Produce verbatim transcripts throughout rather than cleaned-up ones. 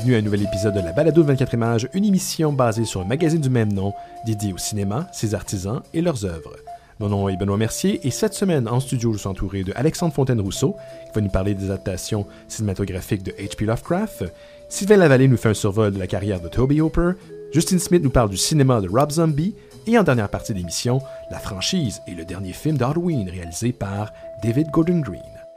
bienvenue à un nouvel épisode de la Balado de vingt-quatre images, une émission basée sur un magazine du même nom, dédié au cinéma, ses artisans et leurs œuvres. Mon nom est Benoît Mercier et cette semaine en studio, je suis entouré de Alexandre Fontaine-Rousseau, qui va nous parler des adaptations cinématographiques de H P Lovecraft. Sylvain Lavallée nous fait un survol de la carrière de Toby Hooper. Justin Smith nous parle du cinéma de Rob Zombie. Et en dernière partie d'émission, la franchise et le dernier film d'Halloween réalisé par David Gordon Green.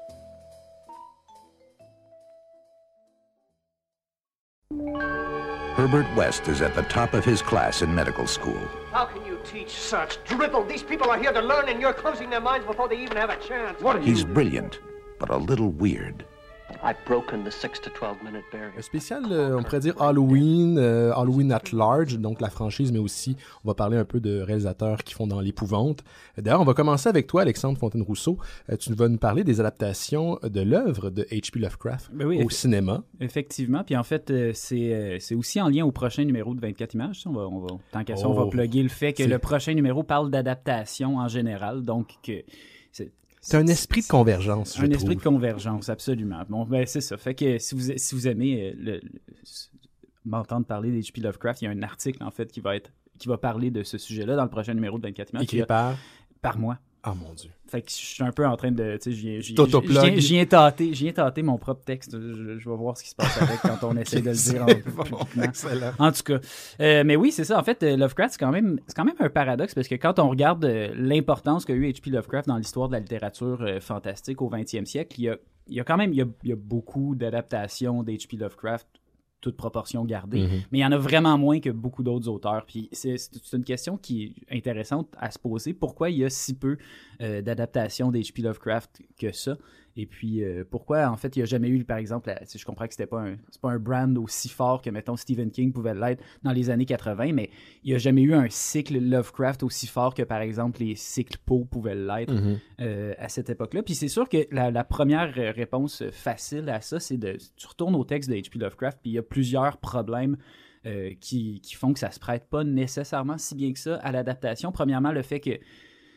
Herbert West is at the top of his class in medical school. How can you teach such drivel? These people are here to learn and you're closing their minds before they even have a chance. What are you? He's brilliant, but a little weird. I've broken the six to twelve minute barrier. Un spécial, euh, on pourrait dire Halloween, euh, Halloween at large, donc la franchise, mais aussi on va parler un peu de réalisateurs qui font dans l'épouvante. D'ailleurs, on va commencer avec toi, Alexandre Fontaine-Rousseau. Euh, tu vas nous parler des adaptations de l'œuvre de H P Lovecraft ben oui, au eff- cinéma. Effectivement, puis en fait, euh, c'est, euh, c'est aussi en lien au prochain numéro de vingt-quatre images. On va, on va, tant qu'à ça, Oh, on va plugger le fait que c'est... le prochain numéro parle d'adaptation en général, donc que... C'est, C'est un esprit de convergence, je Un trouve. esprit de convergence, absolument. Bon, ben c'est ça. Fait que si vous, si vous aimez euh, le, le, m'entendre parler d'H P Lovecraft, il y a un article, en fait, qui va être qui va parler de ce sujet-là dans le prochain numéro de vingt-quatre images. Écrit par... Par moi. Ah, mon Dieu. Fait que je suis un peu en train de... Tu sais, j'y, j'y, T'autoplug. j'y, j'y ai tâté, j'y ai tâté mon propre texte. Je, je vais voir ce qui se passe avec quand on essaie de le dire en, bon, excellent. En tout cas. Euh, mais oui, c'est ça. En fait, Lovecraft, c'est quand même, c'est quand même un paradoxe parce que quand on regarde euh, l'importance qu'a eu H P Lovecraft dans l'histoire de la littérature euh, fantastique au vingtième siècle, il y a, il y a quand même il y a, il y a beaucoup d'adaptations d'H P Lovecraft, toute proportion gardée, mm-hmm. mais il y en a vraiment moins que beaucoup d'autres auteurs. Puis c'est, c'est une question qui est intéressante à se poser. Pourquoi il y a si peu euh, d'adaptations d'H P Lovecraft que ça? Et puis, euh, pourquoi, en fait, il n'y a jamais eu, par exemple, la, je comprends que c'était pas un, c'est pas un brand aussi fort que, mettons, Stephen King pouvait l'être dans les années quatre-vingts, mais il n'y a jamais eu un cycle Lovecraft aussi fort que, par exemple, les cycles Poe pouvaient l'être mm-hmm. euh, à cette époque-là. Puis c'est sûr que la, la première réponse facile à ça, c'est de... Tu retournes au texte de H P Lovecraft, puis il y a plusieurs problèmes euh, qui, qui font que ça se prête pas nécessairement si bien que ça à l'adaptation. Premièrement, le fait que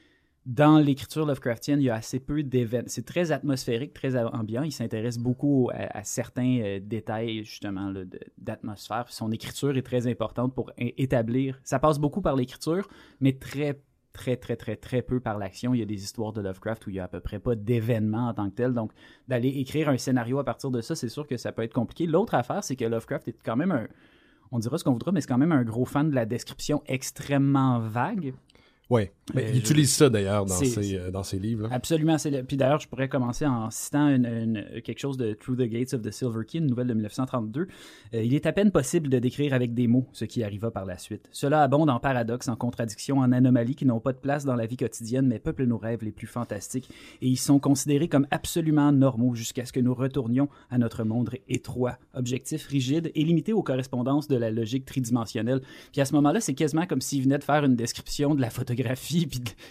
dans l'écriture Lovecraftienne, il y a assez peu d'événements. C'est très atmosphérique, très ambiant. Il s'intéresse beaucoup à, à certains euh, détails, justement, là, de, d'atmosphère. Son écriture est très importante pour établir... Ça passe beaucoup par l'écriture, mais très, très, très, très, très peu par l'action. Il y a des histoires de Lovecraft où il n'y a à peu près pas d'événements en tant que tel. Donc, d'aller écrire un scénario à partir de ça, c'est sûr que ça peut être compliqué. L'autre affaire, c'est que Lovecraft est quand même un... On dira ce qu'on voudra, mais c'est quand même un gros fan de la description extrêmement vague. Oui, il je... utilise ça d'ailleurs dans, ses, euh, dans ses livres. Là. Absolument. C'est le... Puis d'ailleurs, je pourrais commencer en citant une, une, quelque chose de Through the Gates of the Silver Key, une nouvelle de dix-neuf cent trente-deux. Euh, il est à peine possible de décrire avec des mots ce qui arriva par la suite. Cela abonde en paradoxes, en contradictions, en anomalies qui n'ont pas de place dans la vie quotidienne, mais peuplent nos rêves les plus fantastiques. Et ils sont considérés comme absolument normaux jusqu'à ce que nous retournions à notre monde étroit, objectif, rigide et limité aux correspondances de la logique tridimensionnelle. Puis à ce moment-là, c'est quasiment comme s'il venait de faire une description de la photographie puis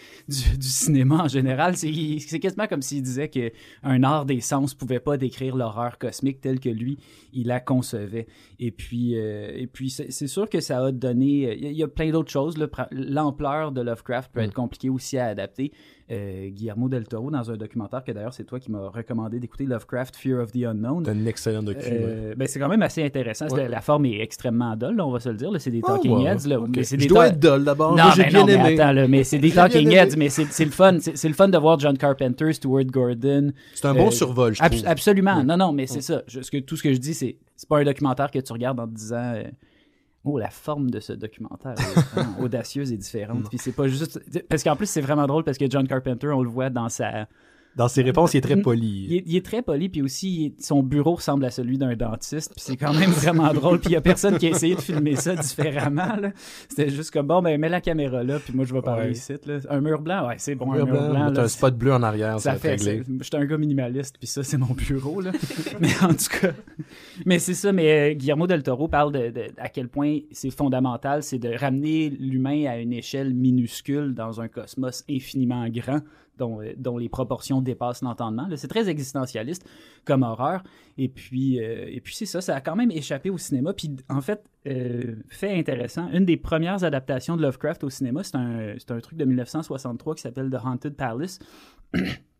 du, du cinéma en général. C'est, c'est quasiment comme s'il disait qu'un art des sens pouvait pas décrire l'horreur cosmique telle que lui, il la concevait. Et puis, euh, et puis c'est, c'est sûr que ça a donné... Il y, y a plein d'autres choses. Là. L'ampleur de Lovecraft peut mm. être compliquée aussi à adapter. Euh, Guillermo del Toro, dans un documentaire que d'ailleurs c'est toi qui m'as recommandé d'écouter, Lovecraft, Fear of the Unknown. C'est un excellent documentaire. Euh, ben c'est quand même assez intéressant. Ouais. La forme est extrêmement dull, là, on va se le dire. Là. C'est des Talking oh, wow. Heads. Là. Okay. Mais c'est Je des dois ta... être dull d'abord. Non, Moi, j'ai ben bien non, aimé. Mais attends, là, mais c'est des Talking Heads, mais c'est, c'est le fun. C'est, c'est le fun de voir John Carpenter, Stuart Gordon. C'est un bon euh, survol, je ab- trouve. Absolument. Ouais. Non, non, mais c'est ouais. ça. Je, ce que, tout ce que je dis, c'est c'est pas un documentaire que tu regardes en te disant... Euh, oh, la forme de ce documentaire est audacieuse et différente. Puis c'est pas juste... Parce qu'en plus, c'est vraiment drôle parce que John Carpenter, on le voit dans sa... Dans ses réponses, il est très poli. Il est, il est très poli, puis aussi, est, son bureau ressemble à celui d'un dentiste, puis c'est quand même vraiment drôle. Puis il y a personne qui a essayé de filmer ça différemment. Là. C'était juste comme, bon, ben mets la caméra là, puis moi, je vais parler ouais. ici. Là. Un mur blanc, ouais, c'est bon, un, un mur blanc. blanc t'as un spot bleu en arrière, ça, ça fait réglé. J'étais un gars minimaliste, puis ça, c'est mon bureau. Là. Mais en tout cas, mais c'est ça. Mais euh, Guillermo del Toro parle de, de à quel point c'est fondamental, c'est de ramener l'humain à une échelle minuscule dans un cosmos infiniment grand. Dont, dont les proportions dépassent l'entendement. Là, c'est très existentialiste comme horreur. Et puis, euh, et puis c'est ça, ça a quand même échappé au cinéma. Puis en fait, euh, fait intéressant, une des premières adaptations de Lovecraft au cinéma, c'est un, c'est un truc de dix-neuf cent soixante-trois qui s'appelle The Haunted Palace,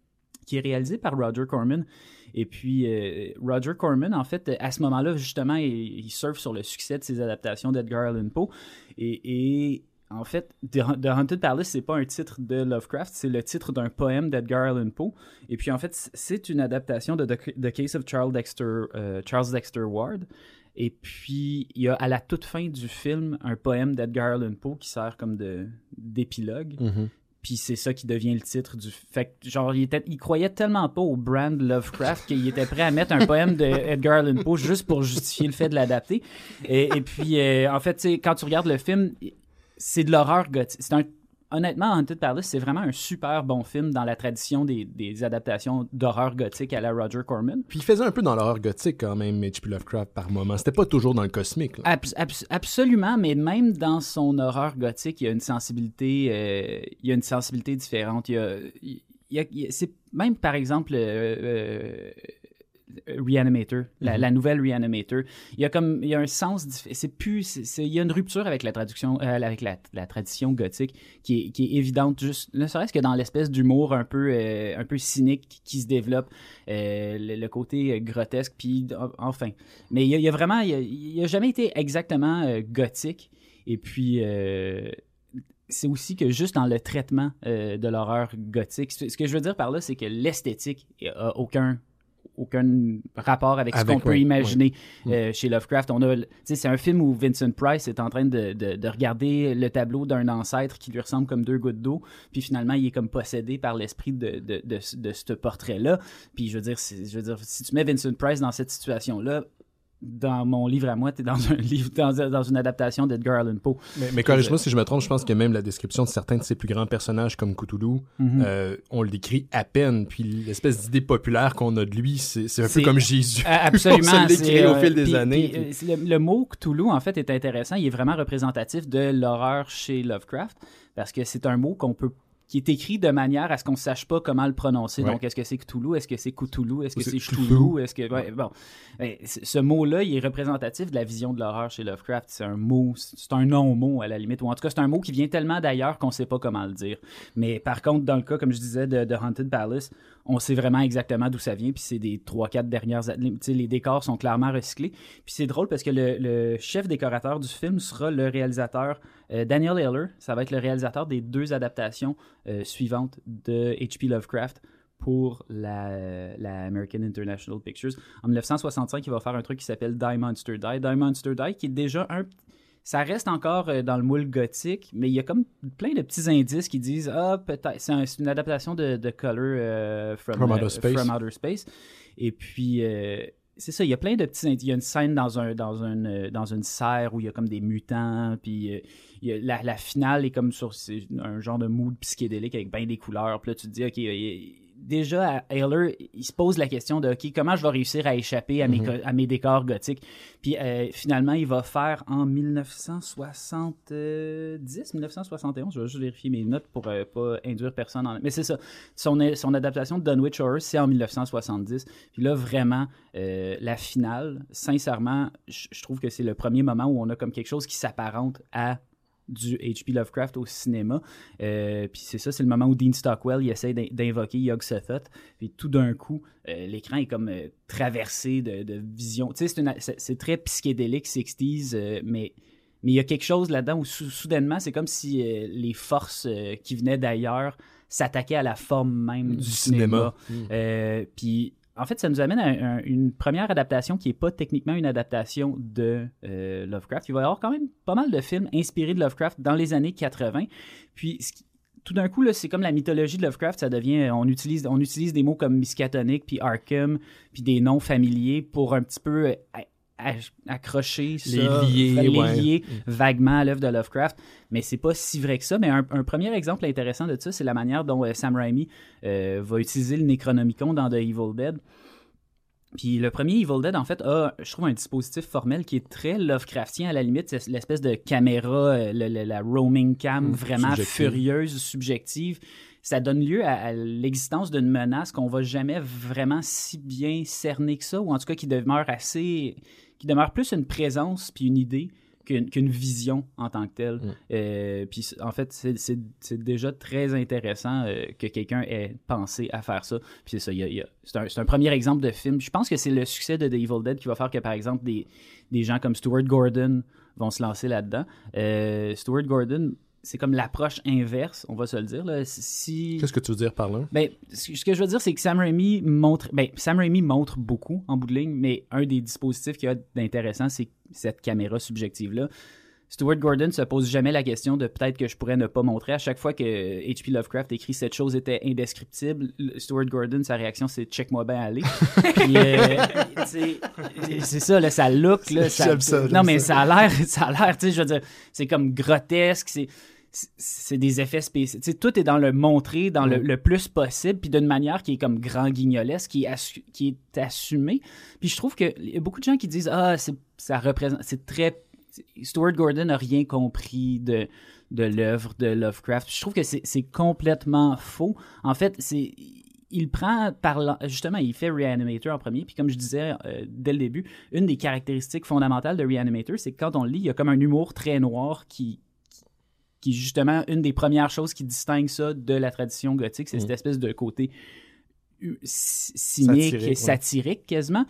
qui est réalisé par Roger Corman. Et puis, euh, Roger Corman, en fait, à ce moment-là, justement, il, il surfe sur le succès de ses adaptations d'Edgar Allan Poe. Et, et en fait, The, The Haunted Palace, c'est pas un titre de Lovecraft, c'est le titre d'un poème d'Edgar Allan Poe. Et puis, en fait, c'est une adaptation de The, The Case of Charles Dexter, euh, Charles Dexter Ward. Et puis, il y a à la toute fin du film un poème d'Edgar Allan Poe qui sert comme de, d'épilogue. Mm-hmm. Puis c'est ça qui devient le titre du... Fait que, genre, il, était... il croyait tellement pas au brand Lovecraft qu'il était prêt à mettre un poème de Edgar Allan Poe juste pour justifier le fait de l'adapter. Et, et puis, euh, en fait, tu sais, quand tu regardes le film, c'est de l'horreur gothique. C'est un... Honnêtement, Haunted Palace, c'est vraiment un super bon film dans la tradition des, des adaptations d'horreur gothique à la Roger Corman. Puis il faisait un peu dans l'horreur gothique quand même, H P Lovecraft, par moment. C'était pas toujours dans le cosmique. Abs- abs- absolument, mais même dans son horreur gothique, il y a une sensibilité, euh, il y a une sensibilité différente. Il y a, il y a, il y a c'est même par exemple euh, euh, Reanimator, la, mm-hmm. la nouvelle Reanimator. Il y a comme il y a un sens diff- c'est plus c'est, c'est, il y a une rupture avec la traduction euh, avec la, la tradition gothique qui est, qui est évidente, juste ne serait-ce que dans l'espèce d'humour un peu euh, un peu cynique qui se développe, euh, le, le côté grotesque, puis enfin, mais il y a, il y a vraiment il y a, il y a jamais été exactement euh, gothique. Et puis euh, c'est aussi que juste dans le traitement euh, de l'horreur gothique, ce que je veux dire par là, c'est que l'esthétique a aucun aucun rapport avec, avec ce qu'on ouais, peut imaginer ouais. euh, chez Lovecraft. On a, c'est un film où Vincent Price est en train de, de, de regarder le tableau d'un ancêtre qui lui ressemble comme deux gouttes d'eau, puis finalement, il est comme possédé par l'esprit de, de, de, de, de ce portrait-là. Puis je veux dire, c'est, je veux dire, si tu mets Vincent Price dans cette situation-là, dans mon livre à moi, t'es dans un livre dans, dans une adaptation d'Edgar Allan Poe. Mais, mais corrige-moi si je me trompe, je pense que même la description de certains de ses plus grands personnages comme Cthulhu, mm-hmm. euh, on le décrit à peine, puis l'espèce d'idée populaire qu'on a de lui, c'est, c'est un c'est, peu comme Jésus. Absolument. On se l'écrit euh, au fil des puis, années. Puis, puis... Le, le mot Cthulhu, en fait, est intéressant. Il est vraiment représentatif de l'horreur chez Lovecraft, parce que c'est un mot qu'on peut qui est écrit de manière à ce qu'on ne sache pas comment le prononcer. Ouais. Donc, est-ce que c'est Cthulhu? Est-ce que c'est Cthulhu? Est-ce que c'est, c'est Cthulhu? Est-ce que... Ouais, bon. Ce mot-là, il est représentatif de la vision de l'horreur chez Lovecraft. C'est un mot, c'est un non-mot à la limite, ou en tout cas, c'est un mot qui vient tellement d'ailleurs qu'on ne sait pas comment le dire. Mais par contre, dans le cas, comme je disais, de, de Haunted Palace, on sait vraiment exactement d'où ça vient, puis c'est des trois quatre dernières années. Tu sais, les décors sont clairement recyclés. Puis c'est drôle parce que le, le chef décorateur du film sera le réalisateur euh, Daniel Hiller. Ça va être le réalisateur des deux adaptations euh, suivantes de H P Lovecraft pour la, la American International Pictures. En dix-neuf cent soixante-cinq, il va faire un truc qui s'appelle Die Monster Die. Die Monster Die, qui est déjà un... Ça reste encore euh, dans le moule gothique, mais il y a comme plein de petits indices qui disent « Ah, peut-être... » C'est, un, c'est une adaptation de, de Color euh, from, from, uh, outer space. from Outer Space. Et puis... Euh, c'est ça, il y a plein de petits indices. Il y a une scène dans, un, dans, une, dans une serre où il y a comme des mutants, puis euh, il y a, la, la finale est comme sur c'est un genre de mood psychédélique avec bien des couleurs. Puis là, tu te dis, OK, il, déjà, Hiller, il se pose la question de, OK, comment je vais réussir à échapper à, mm-hmm. mes, à mes décors gothiques? Puis euh, finalement, il va faire en dix-neuf cent soixante-dix, dix-neuf cent soixante et onze, je vais juste vérifier mes notes pour euh, pas induire personne en... Mais c'est ça, son, son adaptation de Dunwich Horror, c'est en dix-neuf cent soixante-dix. Puis là, vraiment, euh, la finale, sincèrement, je trouve que c'est le premier moment où on a comme quelque chose qui s'apparente à du H P Lovecraft au cinéma. Euh, puis c'est ça, c'est le moment où Dean Stockwell il essaie d'invoquer Yog-Sothoth. Puis tout d'un coup, euh, l'écran est comme euh, traversé de, de visions. Tu sais, c'est, une, c'est, c'est très psychédélique, sixties, euh, mais mais il y a quelque chose là-dedans où sou- soudainement, c'est comme si euh, les forces euh, qui venaient d'ailleurs s'attaquaient à la forme même du, du cinéma. cinéma. Mmh. Euh, puis en fait, ça nous amène à un, une première adaptation qui n'est pas techniquement une adaptation de euh, Lovecraft. Il va y avoir quand même pas mal de films inspirés de Lovecraft dans les années quatre-vingts. Puis, ce qui, tout d'un coup, là, c'est comme la mythologie de Lovecraft, ça devient... On utilise, on utilise des mots comme Miskatonic, puis Arkham, puis des noms familiers pour un petit peu... accrocher ça, les lier, les ouais. lier vaguement à l'œuvre de Lovecraft, mais c'est pas si vrai que ça. Mais un, un premier exemple intéressant de ça, c'est la manière dont euh, Sam Raimi euh, va utiliser le Necronomicon dans The Evil Dead. Puis le premier Evil Dead, en fait, a, je trouve, un dispositif formel qui est très Lovecraftien à la limite. C'est l'espèce de caméra, euh, le, le, la roaming cam, mmh, vraiment subjective. furieuse, subjective. Ça donne lieu à, à l'existence d'une menace qu'on va jamais vraiment si bien cerner que ça, ou en tout cas qui demeure assez... qui demeure plus une présence puis une idée qu'une, qu'une vision en tant que telle. Mm. Euh, puis en fait, c'est, c'est, c'est déjà très intéressant euh, que quelqu'un ait pensé à faire ça. Puis c'est ça, il y a, il y a, c'est, un, c'est un premier exemple de film. Je pense que c'est le succès de The Evil Dead qui va faire que, par exemple, des, des gens comme Stuart Gordon vont se lancer là-dedans. Euh, Stuart Gordon, c'est comme l'approche inverse, on va se le dire. Là. Si... Qu'est-ce que tu veux dire par là? Ben, ce que je veux dire, c'est que Sam Raimi montre... Ben, Sam Raimi montre beaucoup, en bout de ligne, mais un des dispositifs qu'il y a d'intéressant, c'est cette caméra subjective-là. Stuart Gordon se pose jamais la question de peut-être que je pourrais ne pas montrer. À chaque fois que H P Lovecraft écrit « Cette chose était indescriptible », Stuart Gordon, sa réaction, c'est « Check-moi bien aller ». Puis, euh, c'est, c'est ça, là, ça look. Là, ça, j'aime ça, j'aime non, mais ça. ça a l'air, ça a l'air, tu sais, je veux dire, c'est comme grotesque, c'est... c'est des effets spéciaux. Tu sais, tout est dans le montrer, dans mm. le, le plus possible, puis d'une manière qui est comme grand guignolesque, qui est, assu- qui est assumée. Puis je trouve qu'il y a beaucoup de gens qui disent « Ah, c'est, ça représente... c'est très... » Stuart Gordon n'a rien compris de, de l'œuvre de Lovecraft. Je trouve que c'est, c'est complètement faux. En fait, c'est... il prend par la... justement, il fait Reanimator en premier, puis comme je disais euh, dès le début, une des caractéristiques fondamentales de Reanimator, c'est que quand on le lit, il y a comme un humour très noir qui... qui est justement une des premières choses qui distingue ça de la tradition gothique, c'est mmh. cette espèce de côté cynique, satirique, satirique ouais. quasiment.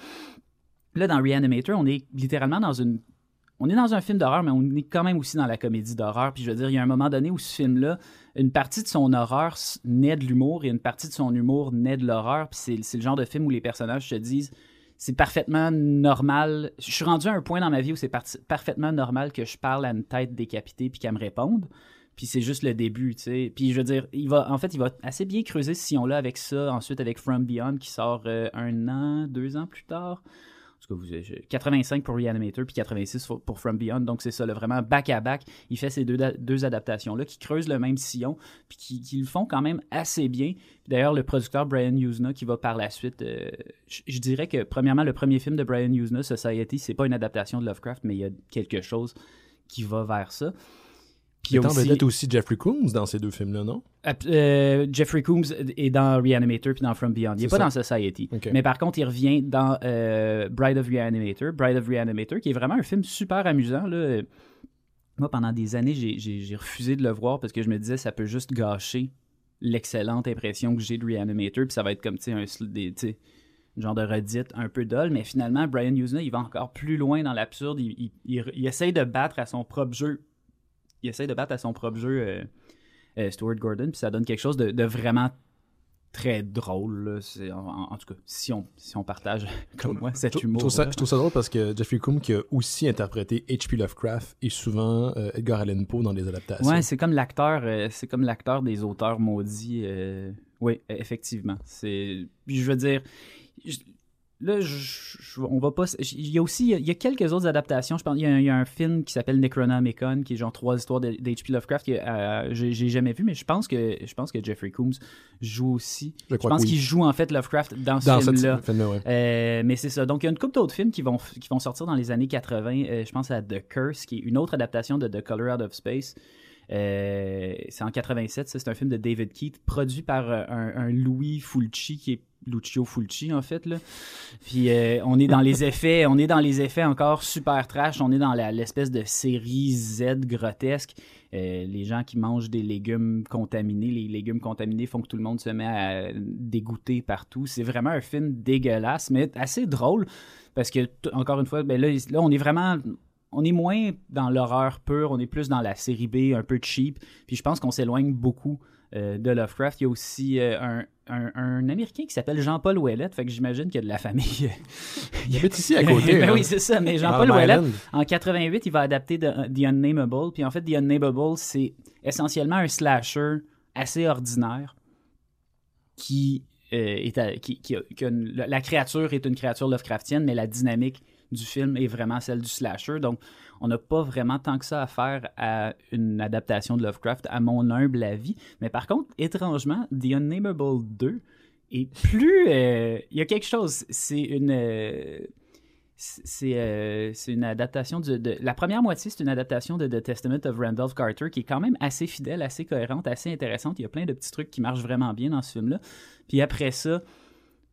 Là, dans Reanimator, on est littéralement dans une... On est dans un film d'horreur, mais on est quand même aussi dans la comédie d'horreur. Puis je veux dire, il y a un moment donné où ce film-là, une partie de son horreur naît de l'humour et une partie de son humour naît de l'horreur. Puis c'est, c'est le genre de film où les personnages se disent... C'est parfaitement normal. Je suis rendu à un point dans ma vie où c'est par- parfaitement normal que je parle à une tête décapitée puis qu'elle me réponde. Puis c'est juste le début, tu sais. Puis je veux dire, il va, en fait, il va assez bien creuser ce sillon-là avec ça. Ensuite, avec From Beyond qui sort euh, un an, deux ans plus tard. En tout cas, vous, je, quatre-vingt-cinq pour Reanimator puis quatre-vingt-six pour, pour From Beyond. Donc c'est ça, là, vraiment back-à-back. Il fait ces deux, deux adaptations-là qui creusent le même sillon puis qui, qui le font quand même assez bien. D'ailleurs, le producteur Brian Yuzna qui va par la suite... Euh, je, je dirais que, premièrement, le premier film de Brian Yuzna, Society, c'est pas une adaptation de Lovecraft, mais il y a quelque chose qui va vers ça. Puis il y a aussi... peut-être aussi Jeffrey Combs dans ces deux films-là, non? Euh, Jeffrey Combs est dans Reanimator puis dans From Beyond. Il n'est pas ça. Dans Society. Okay. Mais par contre, il revient dans euh, Bride of Reanimator. Bride of Reanimator, qui est vraiment un film super amusant. Là. Moi, pendant des années, j'ai, j'ai, j'ai refusé de le voir parce que je me disais ça peut juste gâcher l'excellente impression que j'ai de Reanimator. Puis ça va être comme, tu sais, un des... T'sais, genre de redite un peu dole, mais finalement, Brian Yuzna, il va encore plus loin dans l'absurde. Il, il, il, il essaye de battre à son propre jeu. Il essaye de battre à son propre jeu euh, euh, Stuart Gordon, puis ça donne quelque chose de, de vraiment très drôle. Là. C'est, en, en tout cas, si on, si on partage comme moi cet humour. Je trouve, ça, je trouve ça drôle parce que Jeffrey Combs, qui a aussi interprété H P Lovecraft, et souvent euh, Edgar Allan Poe dans les adaptations. Ouais, c'est comme l'acteur, euh, c'est comme l'acteur des auteurs maudits. Euh, oui, effectivement. C'est, je veux dire... Je, là, je, je, on va pas... Il y a aussi... Il y a quelques autres adaptations. Je pense il y a un, il y a un film qui s'appelle Necronomicon, qui est genre trois histoires d'H P Lovecraft que euh, j'ai, j'ai jamais vu, mais je pense que je pense que Jeffrey Combs joue aussi. Je, je pense qu'il oui. joue en fait Lovecraft dans ce dans film-là. film-là ouais. euh, mais c'est ça. Donc, il y a une couple d'autres films qui vont, qui vont sortir dans les années quatre-vingts. Euh, je pense à The Curse, qui est une autre adaptation de The Color Out of Space. Euh, c'est en quatre-vingt-sept. Ça, c'est un film de David Keith, produit par un, un Louis Fulci, qui est Lucio Fulci en fait là. Puis euh, on est dans les effets, on est dans les effets encore super trash, on est dans la, l'espèce de série Z grotesque. Euh, les gens qui mangent des légumes contaminés, les légumes contaminés font que tout le monde se met à dégoûter partout. C'est vraiment un film dégueulasse, mais assez drôle parce que t- encore une fois, ben là, là on est vraiment on est moins dans l'horreur pure, on est plus dans la série B, un peu cheap. Puis je pense qu'on s'éloigne beaucoup euh, de Lovecraft. Il y a aussi euh, un, un, un Américain qui s'appelle Jean-Paul Ouellet, fait que j'imagine qu'il y a de la famille. Il habite ici à côté. Ben oui, c'est ça. Mais Jean-Paul Ouellet, en quatre-vingt-huit, il va adapter The, The Unnamable. Puis en fait, The Unnamable, c'est essentiellement un slasher assez ordinaire qui euh, est à, qui, qui, a, qui a une, la créature est une créature Lovecraftienne, mais la dynamique du film est vraiment celle du slasher. Donc, on n'a pas vraiment tant que ça à faire à une adaptation de Lovecraft, à mon humble avis. Mais par contre, étrangement, The Unnamable deux est plus... Euh, il y a quelque chose. C'est une... Euh, c'est, euh, c'est une adaptation de, de... La première moitié, c'est une adaptation de The Testament of Randolph Carter qui est quand même assez fidèle, assez cohérente, assez intéressante. Il y a plein de petits trucs qui marchent vraiment bien dans ce film-là. Puis après ça...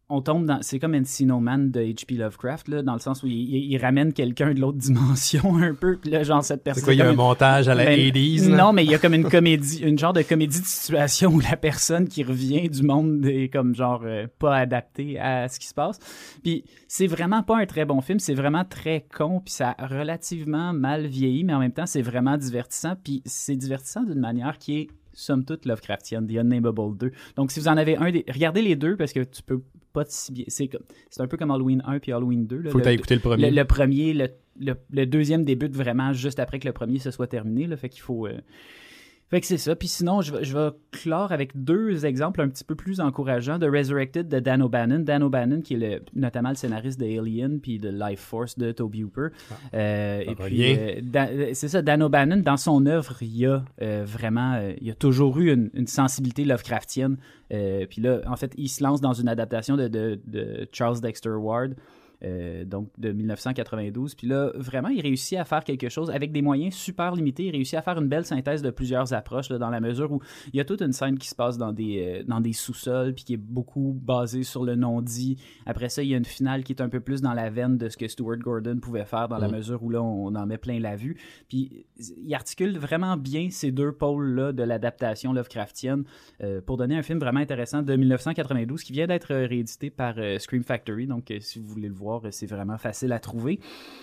on tombe dans... C'est comme Encino Man de H P Lovecraft, là, dans le sens où il, il, il ramène quelqu'un de l'autre dimension un peu, puis là, genre, cette personne... C'est quoi, il y a un montage à la ben, eighties? Non, mais il y a comme une comédie, une genre de comédie de situation où la personne qui revient du monde est comme genre euh, pas adaptée à ce qui se passe. Puis c'est vraiment pas un très bon film, c'est vraiment très con, puis ça a relativement mal vieilli, mais en même temps, c'est vraiment divertissant, puis c'est divertissant d'une manière qui est somme toute Lovecraftienne, The Unnamable deux. Donc, si vous en avez un, des... regardez les deux parce que tu peux pas si bien... C'est, comme... c'est un peu comme Halloween un puis Halloween deux. Là. Faut que t'aies écouté le premier. Le, le premier, le, le, le deuxième débute vraiment juste après que le premier se soit terminé. Là, fait qu'il faut... Euh... Fait que c'est ça. Puis sinon, je vais, je vais clore avec deux exemples un petit peu plus encourageants. The Resurrected de Dan O'Bannon. Dan O'Bannon, qui est le, notamment le scénariste de Alien puis de Life Force de Tobe Hooper. Ah, euh, et puis, euh, Dan, c'est ça, Dan O'Bannon, dans son œuvre, il y a euh, vraiment... Euh, il y a toujours eu une, une sensibilité Lovecraftienne. Euh, puis là, en fait, il se lance dans une adaptation de, de, de Charles Dexter Ward. Euh, donc de dix-neuf cent quatre-vingt-douze. Puis là, vraiment, il réussit à faire quelque chose avec des moyens super limités. Il réussit à faire une belle synthèse de plusieurs approches, là, dans la mesure où il y a toute une scène qui se passe dans des, euh, dans des sous-sols, puis qui est beaucoup basée sur le non-dit. Après ça, il y a une finale qui est un peu plus dans la veine de ce que Stuart Gordon pouvait faire, dans mmh. la mesure où là, on en met plein la vue. Puis il articule vraiment bien ces deux pôles-là de l'adaptation Lovecraftienne euh, pour donner un film vraiment intéressant de dix-neuf cent quatre-vingt-douze qui vient d'être réédité par euh, Scream Factory. Donc, euh, si vous voulez le voir, c'est vraiment facile à trouver.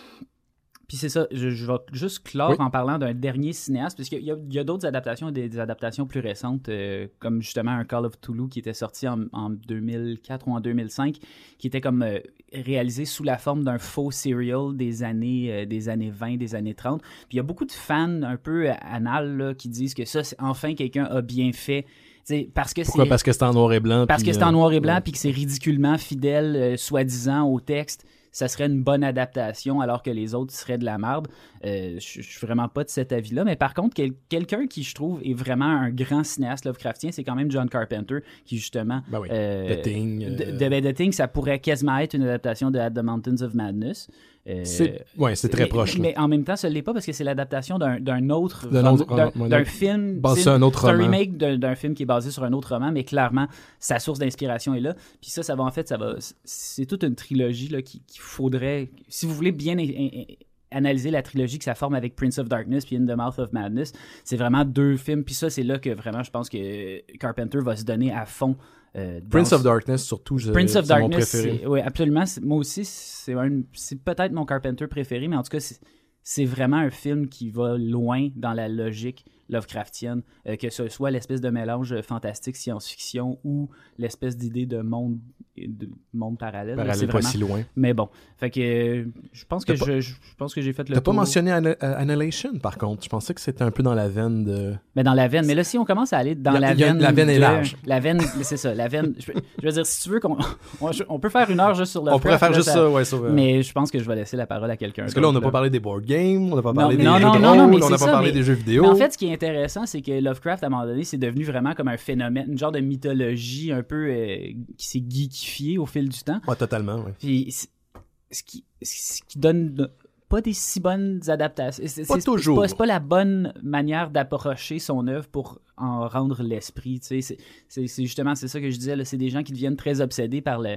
Puis c'est ça, je, je vais juste clore oui. en parlant d'un dernier cinéaste, parce qu'il y a, il y a d'autres adaptations, des, des adaptations plus récentes, euh, comme justement un Call of Cthulhu qui était sorti en, en deux mille quatre ou en deux mille cinq, qui était comme euh, réalisé sous la forme d'un faux serial des années, euh, des années vingt, des années trente. Puis il y a beaucoup de fans un peu anal là, qui disent que ça, c'est, enfin, quelqu'un a bien fait. T'sais, parce que Pourquoi? C'est, parce que c'est en noir et blanc. Parce puis, que c'est en noir et blanc, ouais. puis que c'est ridiculement fidèle, euh, soi-disant, au texte. Ça serait une bonne adaptation, alors que les autres seraient de la merde. Euh, je suis vraiment pas de cet avis-là. Mais par contre, quel, quelqu'un qui, je trouve, est vraiment un grand cinéaste Lovecraftien, c'est quand même John Carpenter, qui, justement... Ben oui. euh, The Thing. Euh... De, de, de, The Thing, ça pourrait quasiment être une adaptation de At the Mountains of Madness. Euh, c'est, ouais, c'est très mais, proche. Mais, mais en même temps, ça ne l'est pas parce que c'est l'adaptation d'un, d'un autre... D'un, autre, d'un, d'un, d'un film... Basé sur un autre c'est roman. un remake d'un, d'un film qui est basé sur un autre roman, mais clairement, sa source d'inspiration est là. Puis ça, ça va en fait... ça va c'est toute une trilogie là, qu'il, qu'il faudrait... Si vous voulez bien... analyser la trilogie que ça forme avec Prince of Darkness puis In the Mouth of Madness, c'est vraiment deux films. Puis ça, c'est là que vraiment, je pense que Carpenter va se donner à fond. Euh, Prince of Darkness, surtout, je, Prince of c'est Darkness, mon préféré. Oui, absolument. C'est, moi aussi, c'est, un, c'est peut-être mon Carpenter préféré, mais en tout cas, c'est, c'est vraiment un film qui va loin dans la logique Lovecraftienne, euh, que ce soit l'espèce de mélange fantastique, science-fiction ou l'espèce d'idée de monde, de monde parallèle. Parallèle, c'est pas vraiment... si loin. Mais bon, fait que euh, je pense que je, je pense que j'ai fait le T'as tour. pas mentionné Anna- Annihilation, par contre. Je pensais que c'était un peu dans la veine de... Mais dans la veine. Mais là, si on commence à aller dans a, la a, veine... La veine est de... large. La veine, c'est ça, la veine... Je, je veux dire, si tu veux qu'on... On, on peut faire une heure juste sur le... On pourrait faire là, juste ça, ça, ouais. Sur, mais je pense que je vais laisser la parole à quelqu'un. Parce que là, on n'a pas parlé des board games, on n'a pas parlé non, des non, jeux non, de non, rôle, non, on n'a pas ça, parlé mais, des jeux vidéo. Mais en fait, ce qui est intéressant, c'est que Lovecraft, à un moment donné, c'est devenu vraiment comme un phénomène, une genre de mythologie un peu euh, qui s'est geekifiée au fil du temps. Ouais, totalement, ouais. Puis, ce qui, ce qui donne pas des si bonnes adaptations. C'est, pas c'est, toujours. C'est pas, c'est pas la bonne manière d'approcher son œuvre pour en rendre l'esprit. Tu sais. C'est, c'est, c'est justement, c'est ça que je disais, là, c'est des gens qui deviennent très obsédés par le...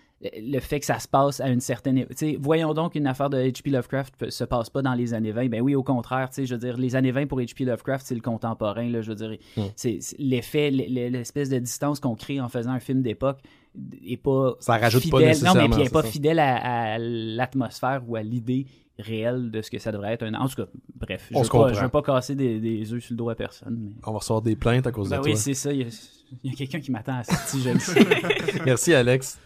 le fait que ça se passe à une certaine... T'sais, voyons donc une affaire de H P Lovecraft se passe pas dans les années vingt. Ben oui, au contraire, je veux dire, les années vingt pour H P Lovecraft, c'est le contemporain, là, je veux dire. Mm. C'est, c'est l'effet, l'espèce de distance qu'on crée en faisant un film d'époque est pas ça rajoute fidèle. Pas nécessairement, non, mais puis elle est pas ça. fidèle à, à l'atmosphère ou à l'idée réelle de ce que ça devrait être. Un... En tout cas, bref, je ne veux pas casser des, des œufs sur le dos à personne. Mais... On va recevoir des plaintes à cause ben de oui, toi. Oui, c'est ça. Il y, y a quelqu'un qui m'attend à sortir, je le sais. Merci, Alex.